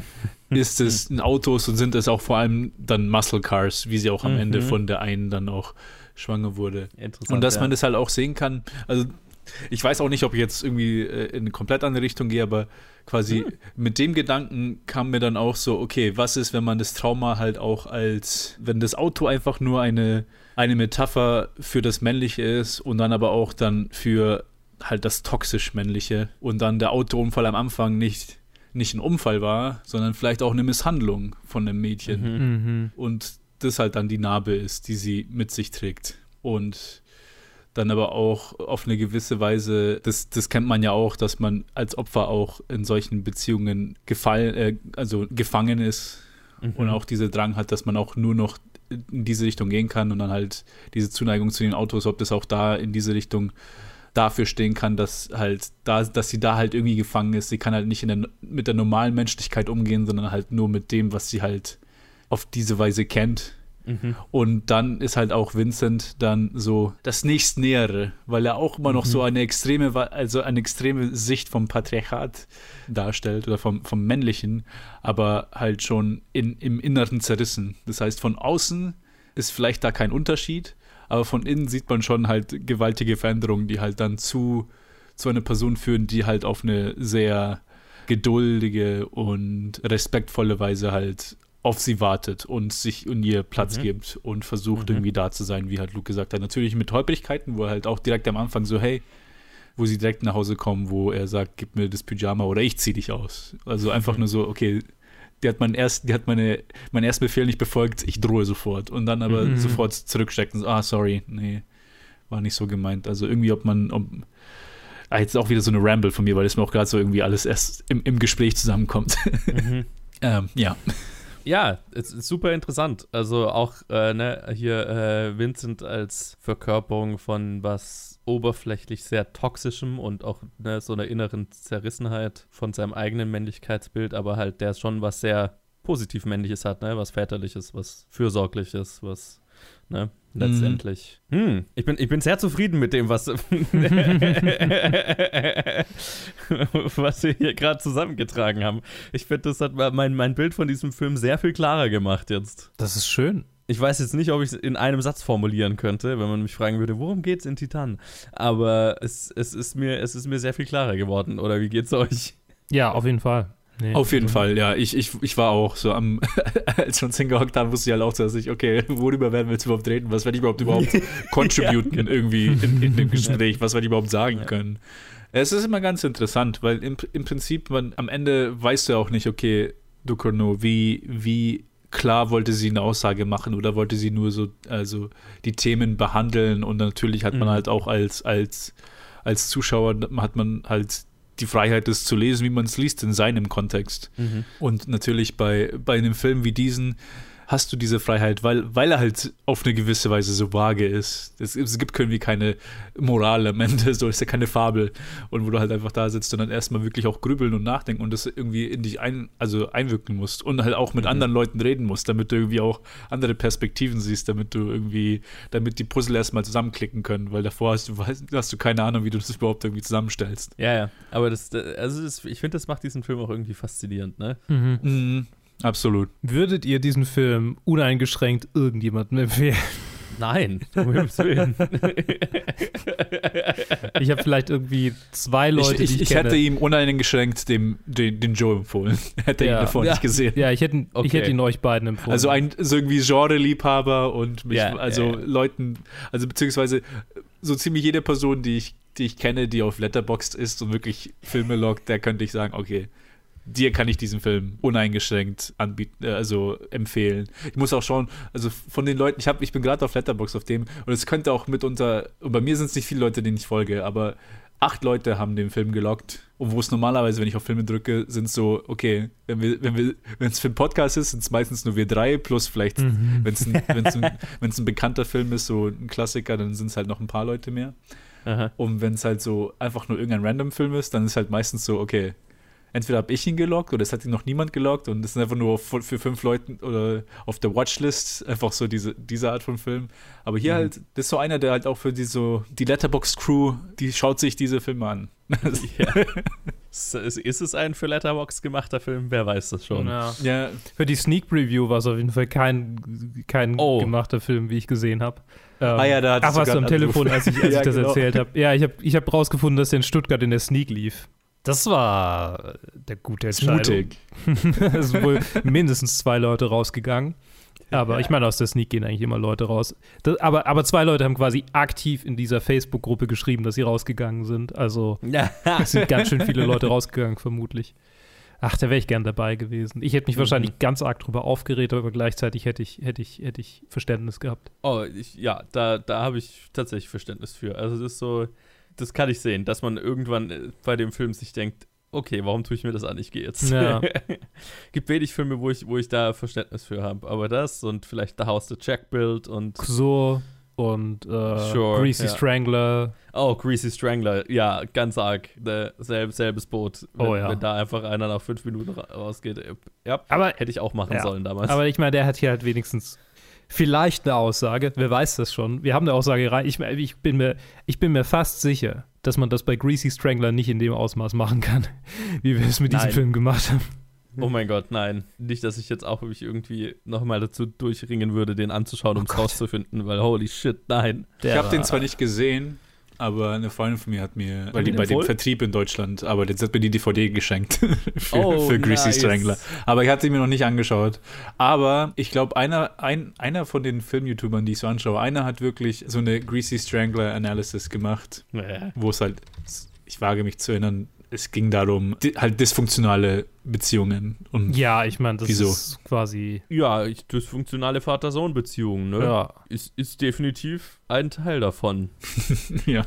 ist es ein Autos und sind es auch vor allem dann Muscle Cars, wie sie auch am mhm. Ende von der einen dann auch schwanger wurde. Interessant, und dass ja. man das halt auch sehen kann, also ich weiß auch nicht, ob ich jetzt irgendwie äh, in eine komplett andere Richtung gehe, aber quasi hm. mit dem Gedanken kam mir dann auch so, okay, was ist, wenn man das Trauma halt auch als, wenn das Auto einfach nur eine, eine Metapher für das Männliche ist und dann aber auch dann für halt das toxisch Männliche und dann der Autounfall am Anfang nicht, nicht ein Unfall war, sondern vielleicht auch eine Misshandlung von einem Mädchen Mhm. und das halt dann die Narbe ist, die sie mit sich trägt und dann aber auch auf eine gewisse Weise, das, das kennt man ja auch, dass man als Opfer auch in solchen Beziehungen gefallen, äh, also gefangen ist mhm. und auch diese Drang hat, dass man auch nur noch in diese Richtung gehen kann und dann halt diese Zuneigung zu den Autos, ob das auch da in diese Richtung dafür stehen kann, dass halt da, dass sie da halt irgendwie gefangen ist. Sie kann halt nicht in der, mit der normalen Menschlichkeit umgehen, sondern halt nur mit dem, was sie halt auf diese Weise kennt. Mhm. Und dann ist halt auch Vincent dann so das nächstnähere, weil er auch immer noch mhm. so eine extreme, also eine extreme Sicht vom Patriarchat darstellt oder vom, vom Männlichen, aber halt schon in, im Inneren zerrissen. Das heißt, von außen ist vielleicht da kein Unterschied, aber von innen sieht man schon halt gewaltige Veränderungen, die halt dann zu, zu einer Person führen, die halt auf eine sehr geduldige und respektvolle Weise halt auf sie wartet und sich in ihr Platz mhm. gibt und versucht mhm. irgendwie da zu sein, wie halt Luke gesagt hat. Natürlich mit Holprigkeiten, wo er halt auch direkt am Anfang so, hey, wo sie direkt nach Hause kommen, wo er sagt, gib mir das Pyjama oder ich zieh dich aus. Also einfach mhm. nur so, okay, die hat, mein erst, die hat meine, meinen ersten Befehl nicht befolgt, ich drohe sofort. Und dann aber mhm. sofort zurücksteckt und so, ah, sorry, nee, war nicht so gemeint. Also irgendwie, ob man, ob, ah, jetzt auch wieder so eine Ramble von mir, weil das mir auch gerade so irgendwie alles erst im, im Gespräch zusammenkommt. Mhm. ähm, ja. Ja, es ist super interessant. Also auch äh, ne, hier äh, Vincent als Verkörperung von was oberflächlich sehr Toxischem und auch ne, so einer inneren Zerrissenheit von seinem eigenen Männlichkeitsbild, aber halt der schon was sehr positiv Männliches hat, ne, was Väterliches, was Fürsorgliches, was ne, letztendlich. Mhm. Hm, ich bin, ich bin sehr zufrieden mit dem, was, was wir hier gerade zusammengetragen haben. Ich finde, das hat mein, mein Bild von diesem Film sehr viel klarer gemacht jetzt. Das ist schön. Ich weiß jetzt nicht, ob ich es in einem Satz formulieren könnte, wenn man mich fragen würde, worum geht's in Titan? Aber es, es, ist mir, es ist mir sehr viel klarer geworden. Oder wie geht's euch? Ja, auf jeden Fall. Nee, auf jeden Fall, ja. Ich, ich, ich war auch so am, als wir uns hingehockt haben, wusste ich halt auch, dass ich, okay, worüber werden wir jetzt überhaupt reden? Was werde ich überhaupt überhaupt contributen ja, genau. irgendwie in, in dem Gespräch? Was werde ich überhaupt sagen ja. können? Es ist immer ganz interessant, weil im, im Prinzip, man, am Ende weißt du ja auch nicht, okay, Ducournau, wie, wie klar wollte sie eine Aussage machen oder wollte sie nur so, also die Themen behandeln und natürlich hat man mhm. halt auch als, als, als Zuschauer, hat man halt die Freiheit, das zu lesen, wie man es liest, in seinem Kontext. Mhm. Und natürlich bei, bei einem Film wie diesen hast du diese Freiheit, weil, weil er halt auf eine gewisse Weise so vage ist. Es, es gibt irgendwie keine Moral am Ende, so ist ja keine Fabel. Und wo du halt einfach da sitzt und dann erstmal wirklich auch grübeln und nachdenken und das irgendwie in dich ein, also einwirken musst und halt auch mit mhm. anderen Leuten reden musst, damit du irgendwie auch andere Perspektiven siehst, damit du irgendwie, damit die Puzzle erstmal zusammenklicken können, weil davor hast du, hast du keine Ahnung, wie du das überhaupt irgendwie zusammenstellst. Ja, ja, aber das, also das, ich finde, das macht diesen Film auch irgendwie faszinierend, ne? Mhm. Mhm. Absolut. Würdet ihr diesen Film uneingeschränkt irgendjemandem empfehlen? Nein, um Himmels Willen. Ich habe vielleicht irgendwie zwei Leute, ich, ich, die ich, ich kenne. hätte ihm uneingeschränkt dem, den, den Joe empfohlen. Hätte Ja. ihn davor Ja. nicht gesehen. Ja, ich hätte, Okay. ich hätte ihn euch beiden empfohlen. Also ein so irgendwie Genre-Liebhaber und mich, Ja, also ja, ja. Leuten, also beziehungsweise so ziemlich jede Person, die ich, die ich kenne, die auf Letterboxd ist und wirklich Filme loggt, der könnte ich sagen, okay, dir kann ich diesen Film uneingeschränkt anbieten, äh, also empfehlen. Ich muss auch schauen, also von den Leuten, ich habe, ich bin gerade auf Letterboxd auf dem und es könnte auch mitunter, und bei mir sind es nicht viele Leute, denen ich folge, aber acht Leute haben den Film geloggt. Und wo es normalerweise, wenn ich auf Filme drücke, sind es so, okay, wenn wir, wenn wir, wenn es für einen Podcast ist, sind es meistens nur wir drei, plus vielleicht, Mhm. wenn es ein, wenn's ein, wenn's ein bekannter Film ist, so ein Klassiker, dann sind es halt noch ein paar Leute mehr. Aha. Und wenn es halt so einfach nur irgendein random Film ist, dann ist halt meistens so, okay, entweder habe ich ihn geloggt oder es hat ihn noch niemand geloggt und es sind einfach nur für fünf Leuten oder auf der Watchlist einfach so diese, diese Art von Film. Aber hier Mhm. halt, das ist so einer, der halt auch für die so, die Letterboxd-Crew, die schaut sich diese Filme an. Ja. Ist, ist es ein für Letterboxd gemachter Film? Wer weiß das schon. Ja. Ja, Für die Sneak Preview war es auf jeden Fall kein, kein Oh. gemachter Film, wie ich gesehen habe. Ähm, Ah ja, da hat ach, was sogar du am einen Telefon, Anruf. als ich, als Ja, ich das genau. erzählt habe. Ja, ich habe ich hab rausgefunden, dass der in Stuttgart in der Sneak lief. Das war der gute ist Entscheidung. mutig. Es sind wohl mindestens zwei Leute rausgegangen. Aber Ja. ich meine, aus der Sneak gehen eigentlich immer Leute raus. Das, aber, aber zwei Leute haben quasi aktiv in dieser Facebook-Gruppe geschrieben, dass sie rausgegangen sind. Also Ja. es sind ganz schön viele Leute rausgegangen, vermutlich. Ach, da wäre ich gern dabei gewesen. Ich hätte mich Mhm. wahrscheinlich ganz arg drüber aufgeregt, aber gleichzeitig hätte ich, hätte ich, hätte ich Verständnis gehabt. Oh, ich, ja, da, da habe ich tatsächlich Verständnis für. Also das ist so, das kann ich sehen, dass man irgendwann äh, bei dem Film sich denkt, okay, warum tue ich mir das an? Ich gehe jetzt. Ja. Gibt wenig Filme, wo ich, wo ich da Verständnis für habe. Aber das und vielleicht The House the Jack Built und So und äh, Sure, Greasy ja. Strangler. oh, Greasy Strangler. Ja, ganz arg. Der, selb, selbes Boot. Wenn, Oh ja. wenn da einfach einer nach fünf Minuten ra rausgeht. äh, Ja, Aber hätte ich auch machen Ja. sollen damals. Aber ich meine, der hat hier halt wenigstens vielleicht eine Aussage. Wer weiß das schon? Wir haben eine Aussage rein. Ich, ich, bin mir, ich bin mir fast sicher, dass man das bei Greasy Strangler nicht in dem Ausmaß machen kann, wie wir es mit diesem Nein. Film gemacht haben. Oh mein Gott, nein. Nicht, dass ich jetzt auch mich irgendwie nochmal dazu durchringen würde, den anzuschauen, um es Gott. rauszufinden, weil holy shit, nein. Ich habe den zwar nicht gesehen, aber eine Freundin von mir hat mir, weil die ihn bei dem empfohlen? Vertrieb in Deutschland arbeitet, hat mir die D V D geschenkt für, Oh, für Greasy nice. Strangler. Aber ich hatte sie mir noch nicht angeschaut. Aber ich glaube, einer, ein, einer von den Film-YouTubern, die ich so anschaue, einer hat wirklich so eine Greasy Strangler Analysis gemacht, Naja. wo es halt, ich wage mich zu erinnern, es ging darum, di- halt dysfunktionale Beziehungen. Und Ja, ich meine, das Wieso? ist quasi. Ja, ich, dysfunktionale Vater-Sohn-Beziehungen, ne? Ja. Ist, ist definitiv ein Teil davon. ja.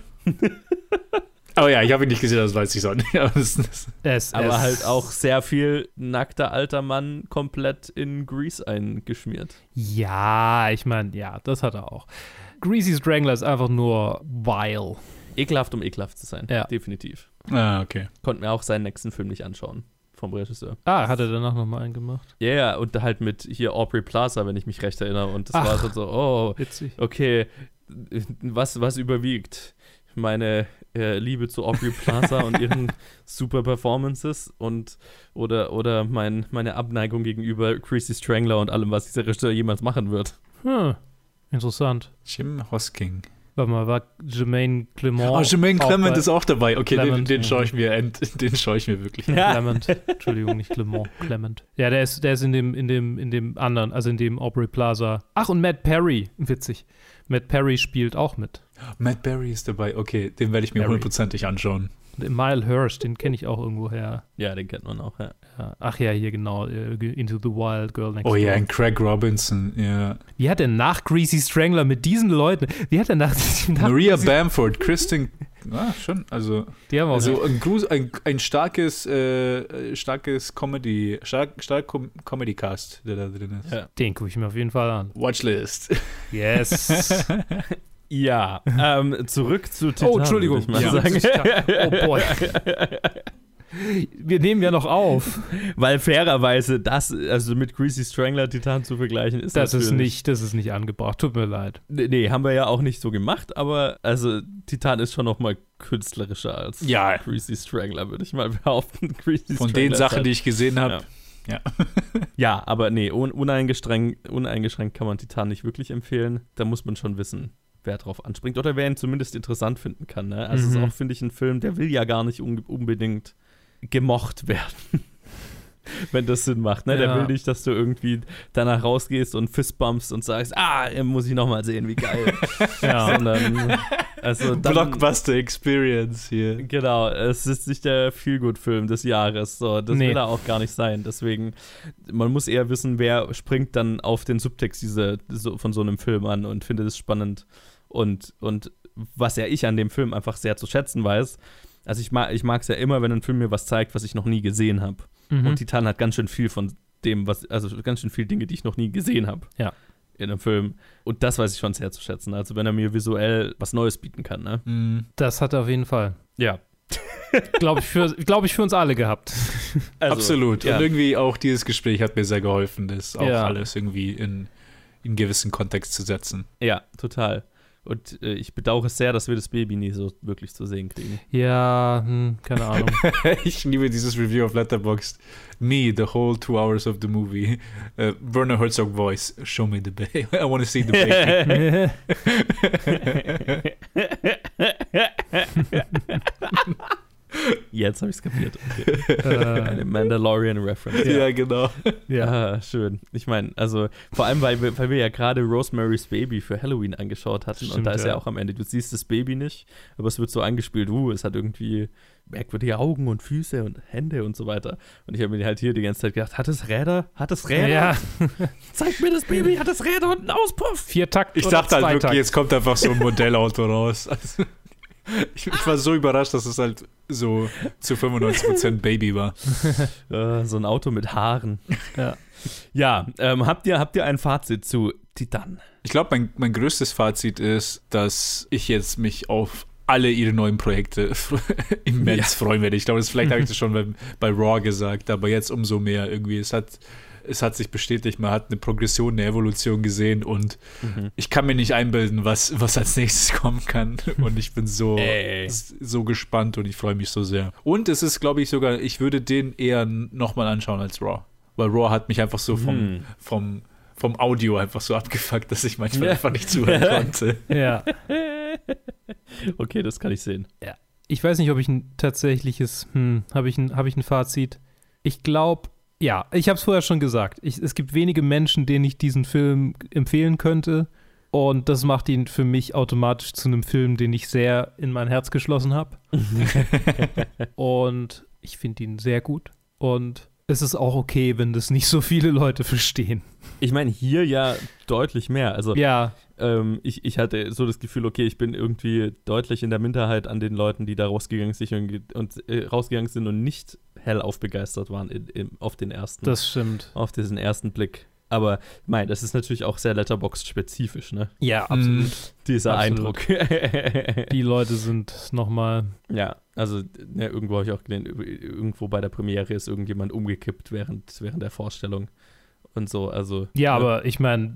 Aber ja, ich habe ihn nicht gesehen, das weiß ich so nicht. Aber das, das, Es, Aber es, halt auch sehr viel nackter alter Mann komplett in Grease eingeschmiert. Ja, ich meine, ja, das hat er auch. Greasy Strangler ist einfach nur vile. Ekelhaft, um ekelhaft zu sein. Ja. Definitiv. ah, okay. Konnte mir auch seinen nächsten Film nicht anschauen. Vom Regisseur. Ah, hat er danach nochmal einen gemacht. Ja, yeah, und halt mit hier Aubrey Plaza, wenn ich mich recht erinnere. Und das Ach. war dann so, oh, Witzig. okay, was, was überwiegt? Meine äh, Liebe zu Aubrey Plaza und ihren super Performances und oder, oder mein, meine Abneigung gegenüber Greasy Strangler und allem, was dieser Regisseur jemals machen wird. Hm, interessant. Jim Hosking. Warte mal, war Jermaine Clement. Oh, Jermaine auch Clement bei- ist auch dabei. Okay, den, Clement, den mhm. schaue ich mir end, den schaue ich mir wirklich. Clement. Entschuldigung, nicht Clement. Clement. Ja, der ist, der ist in dem, in dem, in dem anderen, also in dem Aubrey Plaza. Ach, und Matt Perry. Witzig. Matt Perry spielt auch mit. Matt Berry ist dabei. Okay, den werde ich mir Berry. hundertprozentig anschauen. Und Mile Hirsch, den kenne ich auch irgendwo her. Ja, den kennt man auch, ja. Ja. Ach ja, hier genau. äh, Into the Wild Girl Next Oh ja, Door. und Craig Robinson, ja. Wie hat er nach Greasy Strangler mit diesen Leuten, wie hat er nach, nach Maria Greasy- Bamford, Kristen, ah, schon, also, Die haben auch also ein, Grus, ein, ein starkes, äh, starkes Comedy, stark, stark Com Comedy-Cast, der da drin ist. Ja. Den gucke ich mir auf jeden Fall an. Watchlist. Yes. Ja, ähm, zurück zu Titan, Oh, Entschuldigung. würde ich mal Ja. sagen. Oh boy. Wir nehmen ja noch auf. Weil fairerweise das, also mit Greasy Strangler Titan zu vergleichen, ist Das ist natürlich- nicht, das ist nicht angebracht. Tut mir leid. Nee, nee, haben wir ja auch nicht so gemacht, aber also Titan ist schon noch mal künstlerischer als Ja. Greasy Strangler, würde ich mal behaupten. Greasy Von Strangler den ist Sachen, halt- die ich gesehen habe, Ja. Ja. Ja, aber nee, un- uneingeschränkt, uneingeschränkt kann man Titan nicht wirklich empfehlen. Da muss man schon wissen, wer drauf anspringt oder wer ihn zumindest interessant finden kann. Ne? Also es Mhm. ist auch, finde ich, ein Film, der will ja gar nicht un- unbedingt gemocht werden. Wenn das Sinn macht, ne? Der Ja. will nicht, dass du irgendwie danach rausgehst und Fistbumpst und sagst, ah, muss ich nochmal sehen, wie geil. Ja. Sondern, also dann, Blockbuster Experience hier. Genau, es ist nicht der Feelgood-Film des Jahres, so, das Nee. will er auch gar nicht sein, deswegen, man muss eher wissen, wer springt dann auf den Subtext diese, so, von so einem Film an und findet es spannend und, und was ja ich an dem Film einfach sehr zu schätzen weiß, also ich mag ich mag es ja immer, wenn ein Film mir was zeigt, was ich noch nie gesehen habe. Mhm. Und Titan hat ganz schön viel von dem, was, also ganz schön viele Dinge, die ich noch nie gesehen habe. Ja. In einem Film. Und das weiß ich schon sehr zu schätzen. Also wenn er mir visuell was Neues bieten kann, ne? Mhm. Das hat er auf jeden Fall. Ja. Glaube ich, für, glaub ich, für uns alle gehabt. Also, Absolut. Ja. Und irgendwie auch dieses Gespräch hat mir sehr geholfen, das auch Ja. alles irgendwie in, in gewissen Kontext zu setzen. Ja, total. Und äh, ich bedauere es sehr, dass wir das Baby nie so wirklich zu sehen kriegen. Ja, hm, keine Ahnung. Ich liebe dieses Review auf Letterboxd. Me, the whole two hours of the movie. Uh, Werner Herzog voice. Show me the baby. I want to see the baby. Jetzt habe ich es kapiert. Okay. äh, Eine Mandalorian-Reference. ja, genau. ja. Ah, schön. Ich meine, also vor allem, weil wir, weil wir ja gerade Rosemary's Baby für Halloween angeschaut hatten und Stimmt, da ist ja. ja auch am Ende, du siehst das Baby nicht, aber es wird so angespielt, uh, es hat irgendwie merkwürdige Augen und Füße und Hände und so weiter. Und ich habe mir halt hier die ganze Zeit gedacht, hat es Räder? Hat es Räder? Ja, Zeig mir das Baby, hat es Räder und einen Auspuff? vier Takt Ich oder dachte halt Zweitakt. wirklich, jetzt kommt einfach so ein Modellauto raus. Also, ich, ich war so überrascht, dass es halt so zu fünfundneunzig Prozent Baby war. Äh, so ein Auto mit Haaren. Ja. Ja, ähm, habt ihr, habt ihr ein Fazit zu Titan? Ich glaube, mein, mein größtes Fazit ist, dass ich jetzt mich auf alle ihre neuen Projekte immens Ja. freuen werde. Ich glaube, das vielleicht habe ich das schon bei, bei Raw gesagt, aber jetzt umso mehr irgendwie. Es hat, es hat sich bestätigt, man hat eine Progression, eine Evolution gesehen und Mhm. ich kann mir nicht einbilden, was, was als nächstes kommen kann. Und ich bin so, Ey. so gespannt und ich freue mich so sehr. Und es ist, glaube ich, sogar, ich würde den eher nochmal anschauen als Raw. Weil Raw hat mich einfach so vom, Mhm. vom, vom Audio einfach so abgefuckt, dass ich manchmal Ja. einfach nicht zuhören konnte. Ja. Okay, das kann ich sehen. Ich weiß nicht, ob ich ein tatsächliches, hm, habe ich, ein- hab ich ein Fazit? Ich glaube, ja, ich habe es vorher schon gesagt. Ich, es gibt wenige Menschen, denen ich diesen Film empfehlen könnte. Und das macht ihn für mich automatisch zu einem Film, den ich sehr in mein Herz geschlossen habe. Und ich finde ihn sehr gut. Und es ist auch okay, wenn das nicht so viele Leute verstehen. Ich meine, hier ja deutlich mehr. Also Ja, ähm, ich, ich hatte so das Gefühl, okay, ich bin irgendwie deutlich in der Minderheit an den Leuten, die da rausgegangen sind und, und äh, rausgegangen sind und nicht hellauf begeistert waren in, in, auf den ersten, das stimmt. auf diesen ersten Blick. Aber mein, das ist natürlich auch sehr Letterboxd-spezifisch, ne? Ja, absolut. Dieser Absolut. Eindruck. Die Leute sind nochmal. Ja, also ja, irgendwo habe ich auch gesehen, irgendwo bei der Premiere ist irgendjemand umgekippt während, während der Vorstellung und so, also. Ja, aber ich meine,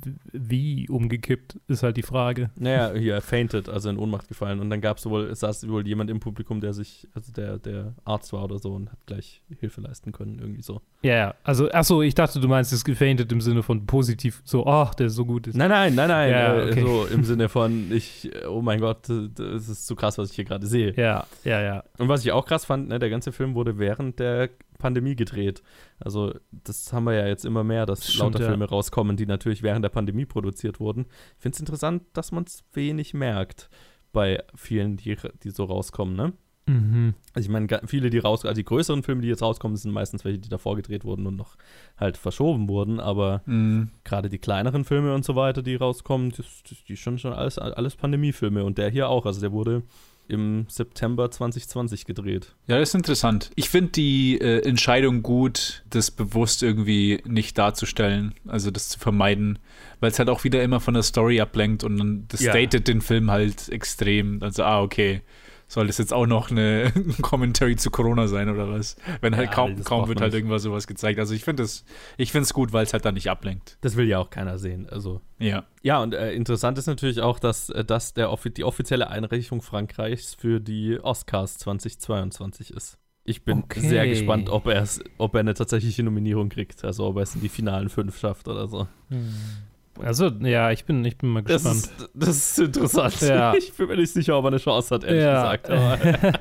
wie umgekippt ist halt die Frage. Naja, hier fainted, also in Ohnmacht gefallen. Und dann gab es wohl, es saß wohl jemand im Publikum, der sich, also der, der Arzt war oder so und hat gleich Hilfe leisten können, irgendwie so. Ja, ja. Also, achso, ich dachte, du meinst es gefainted im Sinne von positiv, so, ach, der ist so gut ist. Nein, nein, nein, nein. Ja, äh, okay. So im Sinne von, ich, oh mein Gott, das ist zu krass, was ich hier gerade sehe. Ja, ja, ja. Und was ich auch krass fand, ne, der ganze Film wurde während der Pandemie gedreht. Also das haben wir ja jetzt immer mehr, dass Stimmt, lauter ja. Filme rauskommen, die natürlich während der Pandemie produziert wurden. Ich finde es interessant, dass man es wenig merkt bei vielen, die, die so rauskommen, ne? Mhm. Also ich meine, ga- viele, die raus, also die größeren Filme, die jetzt rauskommen, sind meistens welche, die davor gedreht wurden und noch halt verschoben wurden, aber Mhm. gerade die kleineren Filme und so weiter, die rauskommen, das, das, die schon schon alles, alles Pandemiefilme und der hier auch, also der wurde im September zwanzig zwanzig gedreht. Ja, das ist interessant. Ich finde die äh, Entscheidung gut, das bewusst irgendwie nicht darzustellen, also das zu vermeiden, weil es halt auch wieder immer von der Story ablenkt und dann das Ja. datet den Film halt extrem. Also, ah, okay, soll das jetzt auch noch eine ein Commentary zu Corona sein oder was? Wenn halt Ja, kaum, das kaum braucht wird man halt nicht. irgendwas sowas gezeigt. Also ich finde es ich finde es gut, weil es halt da nicht ablenkt. Das will ja auch keiner sehen, also Ja. ja, und äh, interessant ist natürlich auch, dass äh, das der offi- die offizielle Einreichung Frankreichs für die Oscars zwanzig zweiundzwanzig ist. Ich bin Okay. sehr gespannt, ob, er's, ob er eine tatsächliche Nominierung kriegt. Also ob er es in die finalen fünf schafft oder so. Also, ja, ich bin, ich bin mal Das gespannt. ist, das ist interessant. Ja. Ich bin mir nicht sicher, ob er eine Chance hat, ehrlich Ja. gesagt. Aber,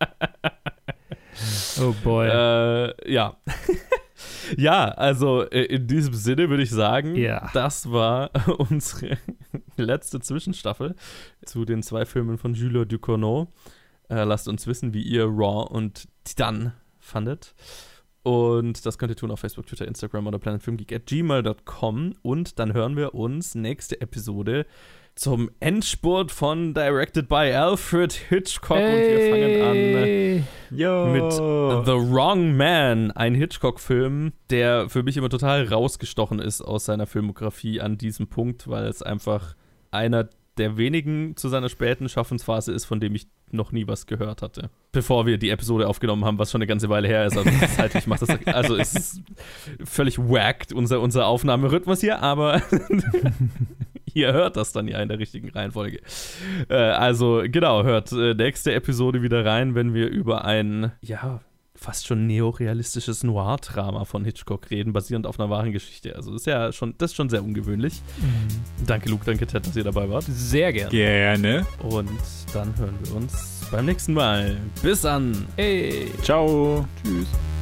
Oh boy. äh, ja. Ja, also äh, in diesem Sinne würde ich sagen, Ja. das war unsere letzte Zwischenstaffel zu den zwei Filmen von Jules Ducournau. Äh, lasst uns wissen, wie ihr Raw und Titan fandet. Und das könnt ihr tun auf Facebook, Twitter, Instagram oder planetfilmgeek at gmail dot com. Und dann hören wir uns nächste Episode zum Endspurt von Directed by Alfred Hitchcock. Und wir fangen an Hey. Yo. mit The Wrong Man, ein Hitchcock-Film, der für mich immer total rausgestochen ist aus seiner Filmografie an diesem Punkt, weil es einfach einer der wenigen zu seiner späten Schaffensphase ist, von dem ich noch nie was gehört hatte. Bevor wir die Episode aufgenommen haben, was schon eine ganze Weile her ist. Also zeitlich macht das, also es ist völlig wackt, unser, unser Aufnahmerhythmus hier, aber ihr hört das dann ja in der richtigen Reihenfolge. Äh, also genau, hört äh, nächste Episode wieder rein, wenn wir über ein, ja, fast schon neorealistisches Noir-Drama von Hitchcock reden, basierend auf einer wahren Geschichte. Also das ist ja schon, das ist schon sehr ungewöhnlich. Mhm. Danke Luke, danke Ted, dass ihr dabei wart. Sehr gerne. Gerne. Und dann hören wir uns beim nächsten Mal. Bis dann. Hey. Ciao. Tschüss.